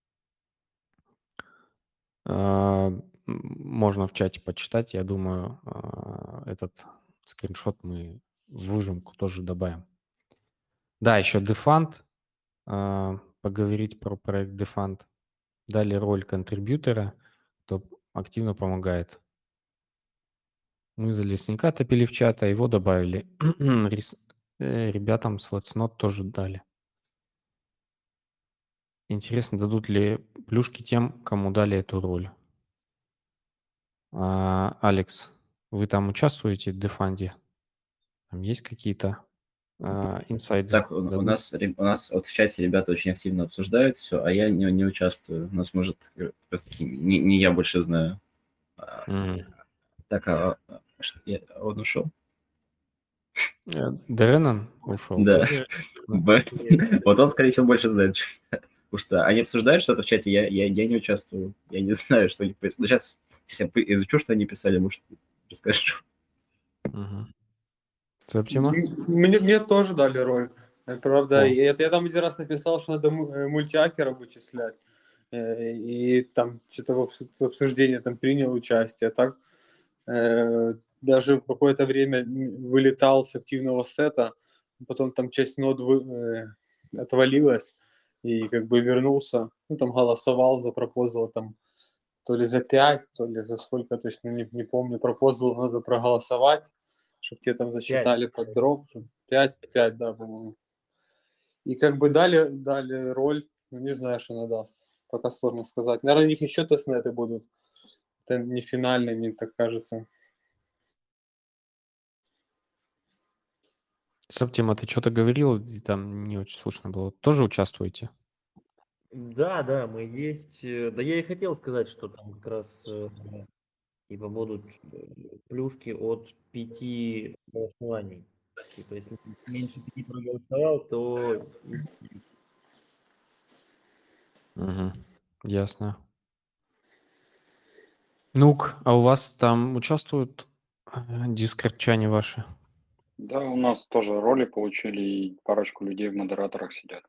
Можно в чате почитать, я думаю, этот скриншот мы в выжимку тоже добавим. Да, еще Defund поговорить про проект Defund. Дали роль контрибьютора, кто активно помогает. Мы за лесника топили в чат, а его добавили. Ребятам с Let's Not тоже дали. Интересно, дадут ли плюшки тем, кому дали эту роль. Алекс, вы там участвуете в Дефанде? Там есть какие-то инсайды? Так, у нас вот в чате ребята очень активно обсуждают все, а я не участвую. У нас, может, просто не я больше знаю. Так, он ушел? Дреннан ушел? Да. Вот он, скорее всего, больше знает. Потому что они обсуждают что-то в чате, я не участвую. Я не знаю, что они происходит. Сейчас я изучу, что они писали, может, расскажу. Септима? Мне тоже дали роль. Правда, О. я там один раз написал, что надо мультиакеров вычислять. И там что-то в обсуждении там принял участие. Так даже в какое-то время вылетал с активного сета, потом там часть нод отвалилась, и как бы вернулся, ну там голосовал за пропозал там то ли за 5, то ли за сколько, точно не помню, пропозал надо проголосовать, чтобы те там засчитали под дроп. 5, да, по-моему. И как бы дали роль, ну, не знаю, что она даст. Пока сложно сказать. Наверное, у них еще тестнеты будут. Это не финальные, мне так кажется. Септима, ты что-то говорил, и там не очень слышно было. Тоже участвуете? Да, мы есть. Да я и хотел сказать, что там как раз типа будут плюшки от 5 голосований. Типа, если ты меньше 5 проголосовал, то... Ясно. Нук, а у вас там участвуют дискордчане ваши? Да, у нас тоже роли получили, и парочку людей в модераторах сидят.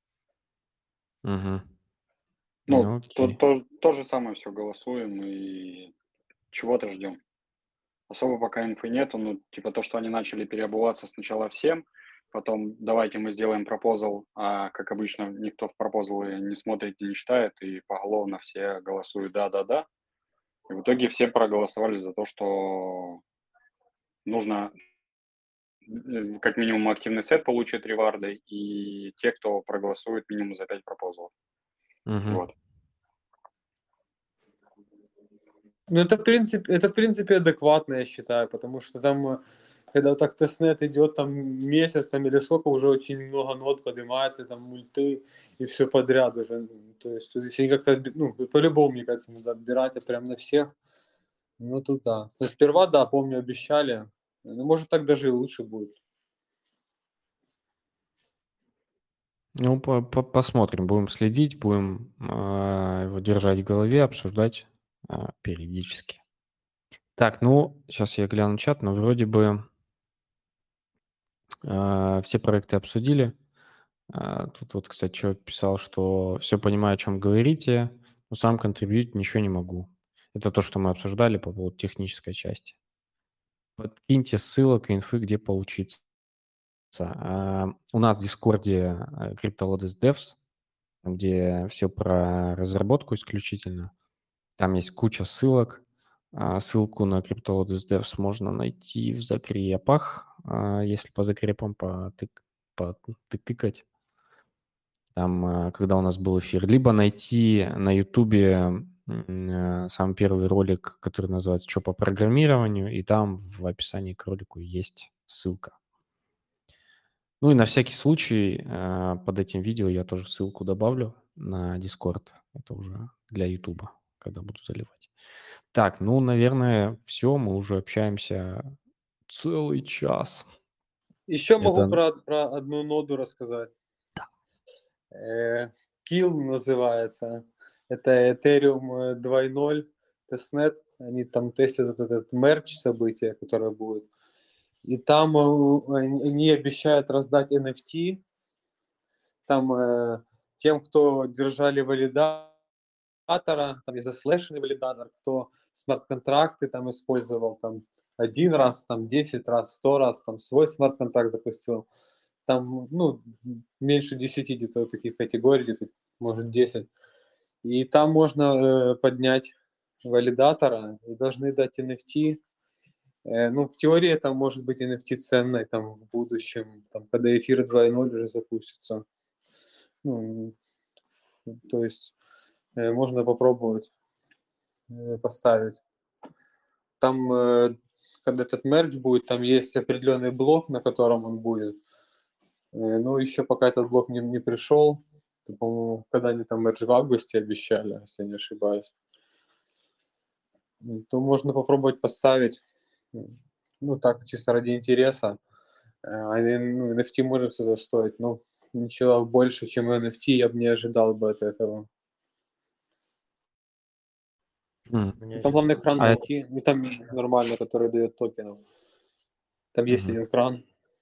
Ну, Ну, окей. то же самое все голосуем и чего-то ждем. Особо пока инфы нету, ну, типа то, что они начали переобуваться сначала всем, потом давайте мы сделаем пропозал, а как обычно никто в пропозалы не смотрит и не читает, и поголовно все голосуют да. И в итоге все проголосовали за то, что нужно как минимум активный сет получит реварды, и те, кто проголосует минимум за 5 пропозалов. Вот. Ну, это в принципе адекватно, я считаю, потому что там, когда так тестнет идет, там месяц там, или сколько, уже очень много нод поднимается, там мульты и все подряд уже. То есть, если они как-то, ну, по-любому, мне кажется, надо отбирать, а прям на всех. Ну, тут да. То есть, сперва, да, помню, обещали. Ну, может, так даже и лучше будет. Ну, посмотрим, будем следить, будем его держать в голове, обсуждать периодически. Так, ну, сейчас я гляну чат, но вроде бы все проекты обсудили. Тут вот, кстати, человек писал, что все понимаю, о чем говорите, но сам контрибьютить ничего не могу. Это то, что мы обсуждали по поводу технической части. Подкиньте ссылок и инфы, где поучиться. У нас в Дискорде CryptoLotus Devs, где все про разработку исключительно. Там есть куча ссылок. Ссылку на CryptoLotus Devs можно найти в закрепах, если по закрепам потыкать. Там, когда у нас был эфир. Либо найти на Ютубе самый первый ролик, который называется «Что по программированию», и там в описании к ролику есть ссылка. Ну и на всякий случай под этим видео я тоже ссылку добавлю на Discord. Это уже для Ютуба, когда буду заливать. Так, ну, наверное, все. Мы уже общаемся целый час. Еще могу про одну ноду рассказать. Kill называется. Это Ethereum 2.0 тестнет. Они там тестят этот мерч событие, которое будет. И там они обещают раздать NFT там тем, кто держали валидатора, там и заслэшенный валидатор, кто смарт-контракты там использовал там 1 раз, там 10 раз, 100 раз, там свой смарт-контракт запустил. там, ну, меньше 10 где-то таких категорий, где-то, может, 10. И там можно поднять валидатора и должны дать NFT. Ну, в теории там может быть NFT ценной там в будущем, там, когда эфир 2.0 уже запустится. Ну, то есть можно попробовать поставить. Там, когда этот мерч будет, там есть определенный блок, на котором он будет. Ну, еще пока этот блок не пришел, по-моему, когда они там мерч в августе обещали, если я не ошибаюсь, то можно попробовать поставить, ну, так, чисто ради интереса. Ну, NFT может это стоить, но ничего больше, чем NFT, я бы не ожидал бы от этого. М. У меня Там главное экран А это... найти, ну, там нормально, который дает токенов. Там есть Мгм. один экран.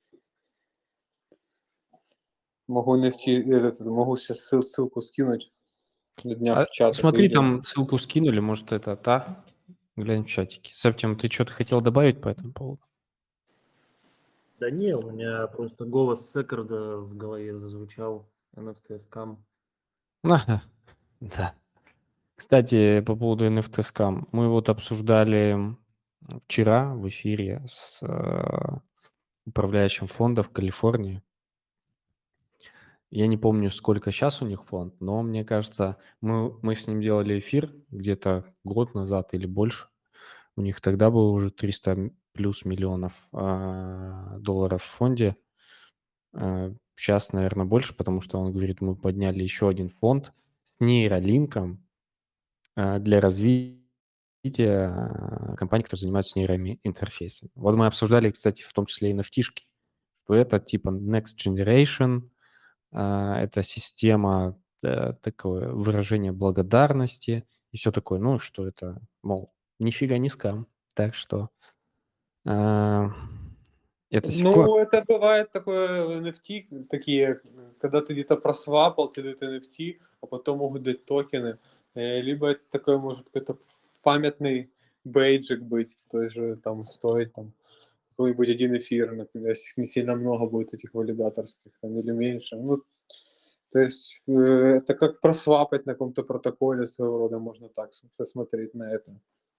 Могу NFT, могу сейчас ссылку скинуть на днях в чат, это Смотри, видео. там ссылку скинули, может, это та. Глянь в чатике. Септим, ты что-то хотел добавить по этому поводу? Да не, у меня просто голос Секарда в голове зазвучал, NFT скам. Ага, да. Кстати, по поводу NFT скам. Мы вот обсуждали вчера в эфире с управляющим фонда в Калифорнии. Я не помню, сколько сейчас у них фонд, но мне кажется, мы с ним делали эфир где-то год назад или больше. У них тогда было уже 300 плюс миллионов долларов в фонде. Сейчас, наверное, больше, потому что он говорит, мы подняли еще один фонд с нейролинком для развития компаний, которые занимаются нейроинтерфейсами. Вот мы обсуждали, кстати, в том числе и NFT-шки, что это типа Next Generation, это система, такое выражение благодарности и все такое. Ну, что это, мол, нифига не скам. Так что а, это сиквел. Ну, это бывает такое в NFT, такие, когда ты где-то просвапал, ты дают NFT, а потом могут дать токены. Либо это такой может какой-то памятный бейджик быть, тоже там стоит там какой-нибудь один эфир, например, если их не сильно много будет этих валидаторских, там, или меньше. Ну, то есть это как просвапать на каком-то протоколе своего рода, можно так посмотреть на это.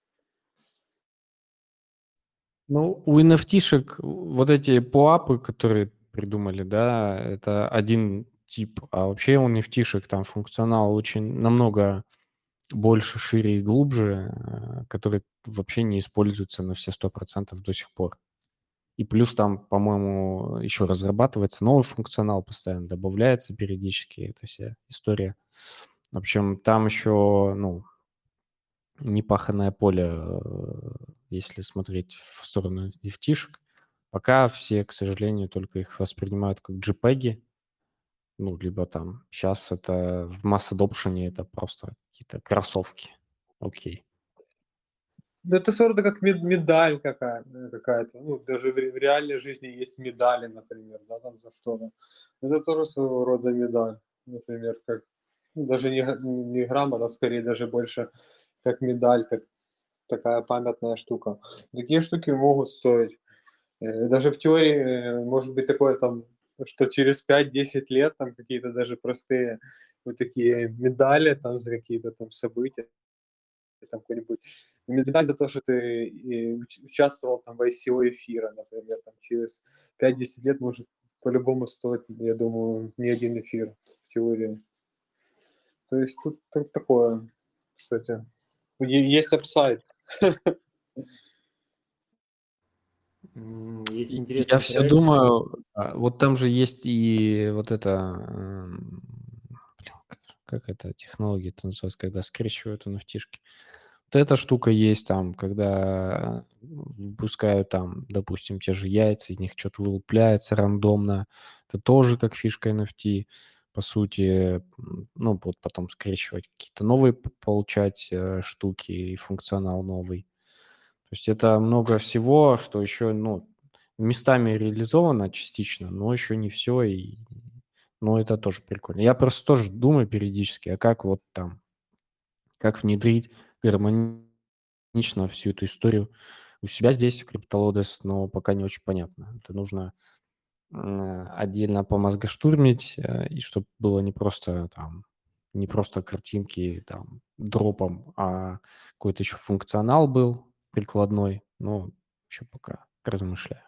Ну, у NFT-шек вот эти POAP, которые придумали, да, это один тип, а вообще у NFT-шек там функционал очень намного больше, шире и глубже, который вообще не используется на все 100% до сих пор. И плюс там, по-моему, еще разрабатывается новый функционал, постоянно добавляется периодически эта вся история. В общем, там еще, ну, непаханное поле, если смотреть в сторону nft. Пока все, к сожалению, только их воспринимают как JPEG, ну, либо там сейчас это в масс-адопшене это просто какие-то кроссовки. Окей. Ну, это своего рода как медаль какая-то. Ну, даже в реальной жизни есть медали, например, да, там за что-то. Это тоже своего рода медаль, например, как ну, даже не грамота, а скорее даже больше как медаль, как такая памятная штука. Такие штуки могут стоить. Даже в теории может быть такое там, что через 5-10 лет там какие-то даже простые вот такие медали там за какие-то там события, там какой-нибудь медаль за то, что ты участвовал там в ICO эфира, например, там через 5-10 лет может по-любому стоить, я думаю, не один эфир в теории. То есть тут такое, кстати. Есть апсайд. Есть Я интересный все проект. думаю, вот там же есть и вот это, блин, как эта технология-то называется, когда скрещивают NFT-шки. Вот эта штука есть там, когда выпускают там, допустим, те же яйца, из них что-то вылупляется рандомно. Это тоже как фишка NFT, по сути. Ну, вот потом скрещивать какие-то новые, получать штуки и функционал новый. То есть это много всего, что еще, ну, местами реализовано частично, но еще не все, и, ну, это тоже прикольно. Я просто тоже думаю периодически, а как вот там, как внедрить гармонично всю эту историю у себя здесь, в CryptoLodes, но пока не очень понятно. Это нужно отдельно помозгоштурмить, и чтобы было не просто картинки там дропом, а какой-то еще функционал был прикладной. Но еще пока размышляю.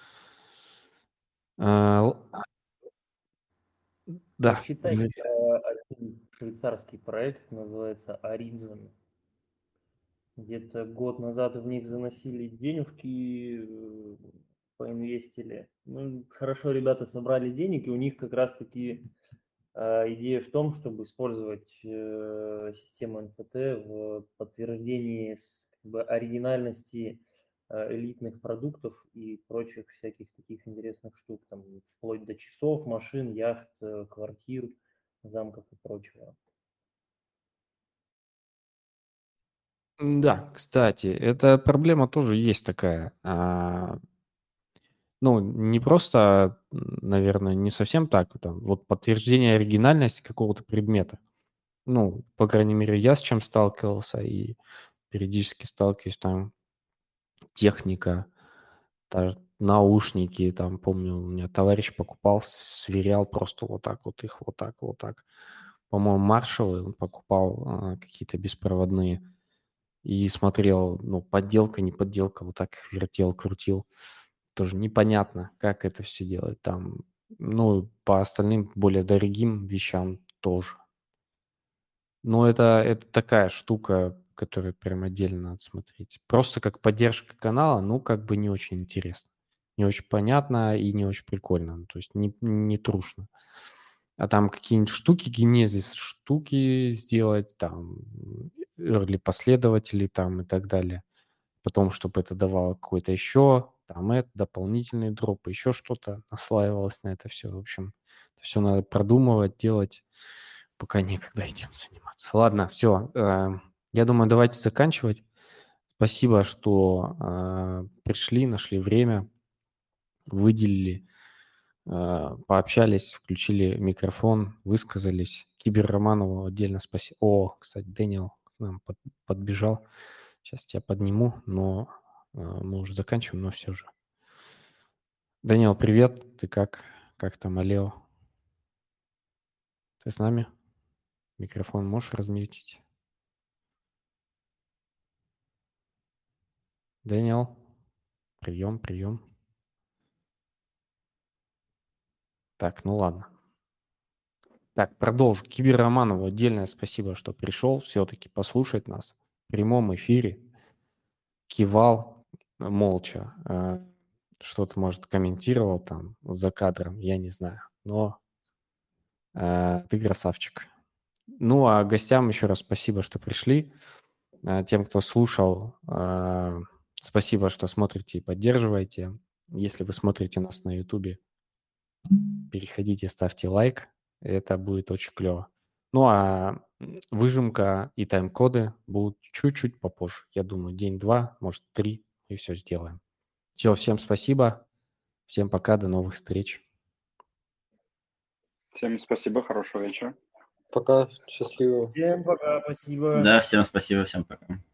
Да, Почитайте один швейцарский проект, называется Origin. Где-то год назад в них заносили денежки, поинвестили. Ну, хорошо, ребята собрали денег, и у них как раз-таки идея в том, чтобы использовать систему НФТ в подтверждении как бы оригинальности элитных продуктов и прочих всяких таких интересных штук, там, вплоть до часов, машин, яхт, квартир, замков и прочего. Да, кстати, эта проблема тоже есть такая. Ну, не просто, наверное, не совсем так, там, вот подтверждение оригинальности какого-то предмета. Ну, по крайней мере, я с чем сталкивался и периодически сталкиваюсь, там, техника, наушники, там, помню, у меня товарищ покупал, сверял просто вот так вот их, вот так, вот так. По-моему, Маршаллы он покупал какие-то беспроводные и смотрел, ну, подделка, не подделка, вот так их вертел, крутил. Тоже непонятно, как это все делать там. Ну, по остальным более дорогим вещам тоже. Но это такая штука, которую прям отдельно надо смотреть. Просто как поддержка канала, ну, как бы не очень интересно. Не очень понятно и не очень прикольно. Ну, то есть не трушно. А там какие-нибудь штуки, генезис штуки сделать, там, early последователи там и так далее. Потом, чтобы это давало какой-то еще, там, это, дополнительные дропы, еще что-то наслаивалось на это все. В общем, это все надо продумывать, делать, пока некогда этим заниматься. Ладно, все. Я думаю, давайте заканчивать. Спасибо, что пришли, нашли время, выделили, пообщались, включили микрофон, высказались. Кибер Романову отдельно спасибо. О, кстати, Дэниел к нам подбежал. Сейчас тебя подниму, но мы уже заканчиваем, но все же. Дэниел, привет. Ты как? Как там, Алео? Ты с нами? Микрофон можешь размьютить? Дэниел, прием, прием. Так, ну ладно. Так, продолжу. Кибер Романову отдельное спасибо, что пришел все-таки послушать нас в прямом эфире. Кивал молча. Что-то, может, комментировал там за кадром, я не знаю. Но ты красавчик. Ну, а гостям еще раз спасибо, что пришли. Тем, кто слушал, спасибо, что смотрите и поддерживаете. Если вы смотрите нас на YouTube, переходите, ставьте лайк. Это будет очень клево. Ну, а выжимка и тайм-коды будут чуть-чуть попозже. Я думаю, день-два, может, 3, и все сделаем. Все, всем спасибо. Всем пока, до новых встреч. Всем спасибо, хорошего вечера. Пока, счастливо. Всем пока, спасибо. Да, всем спасибо, всем пока.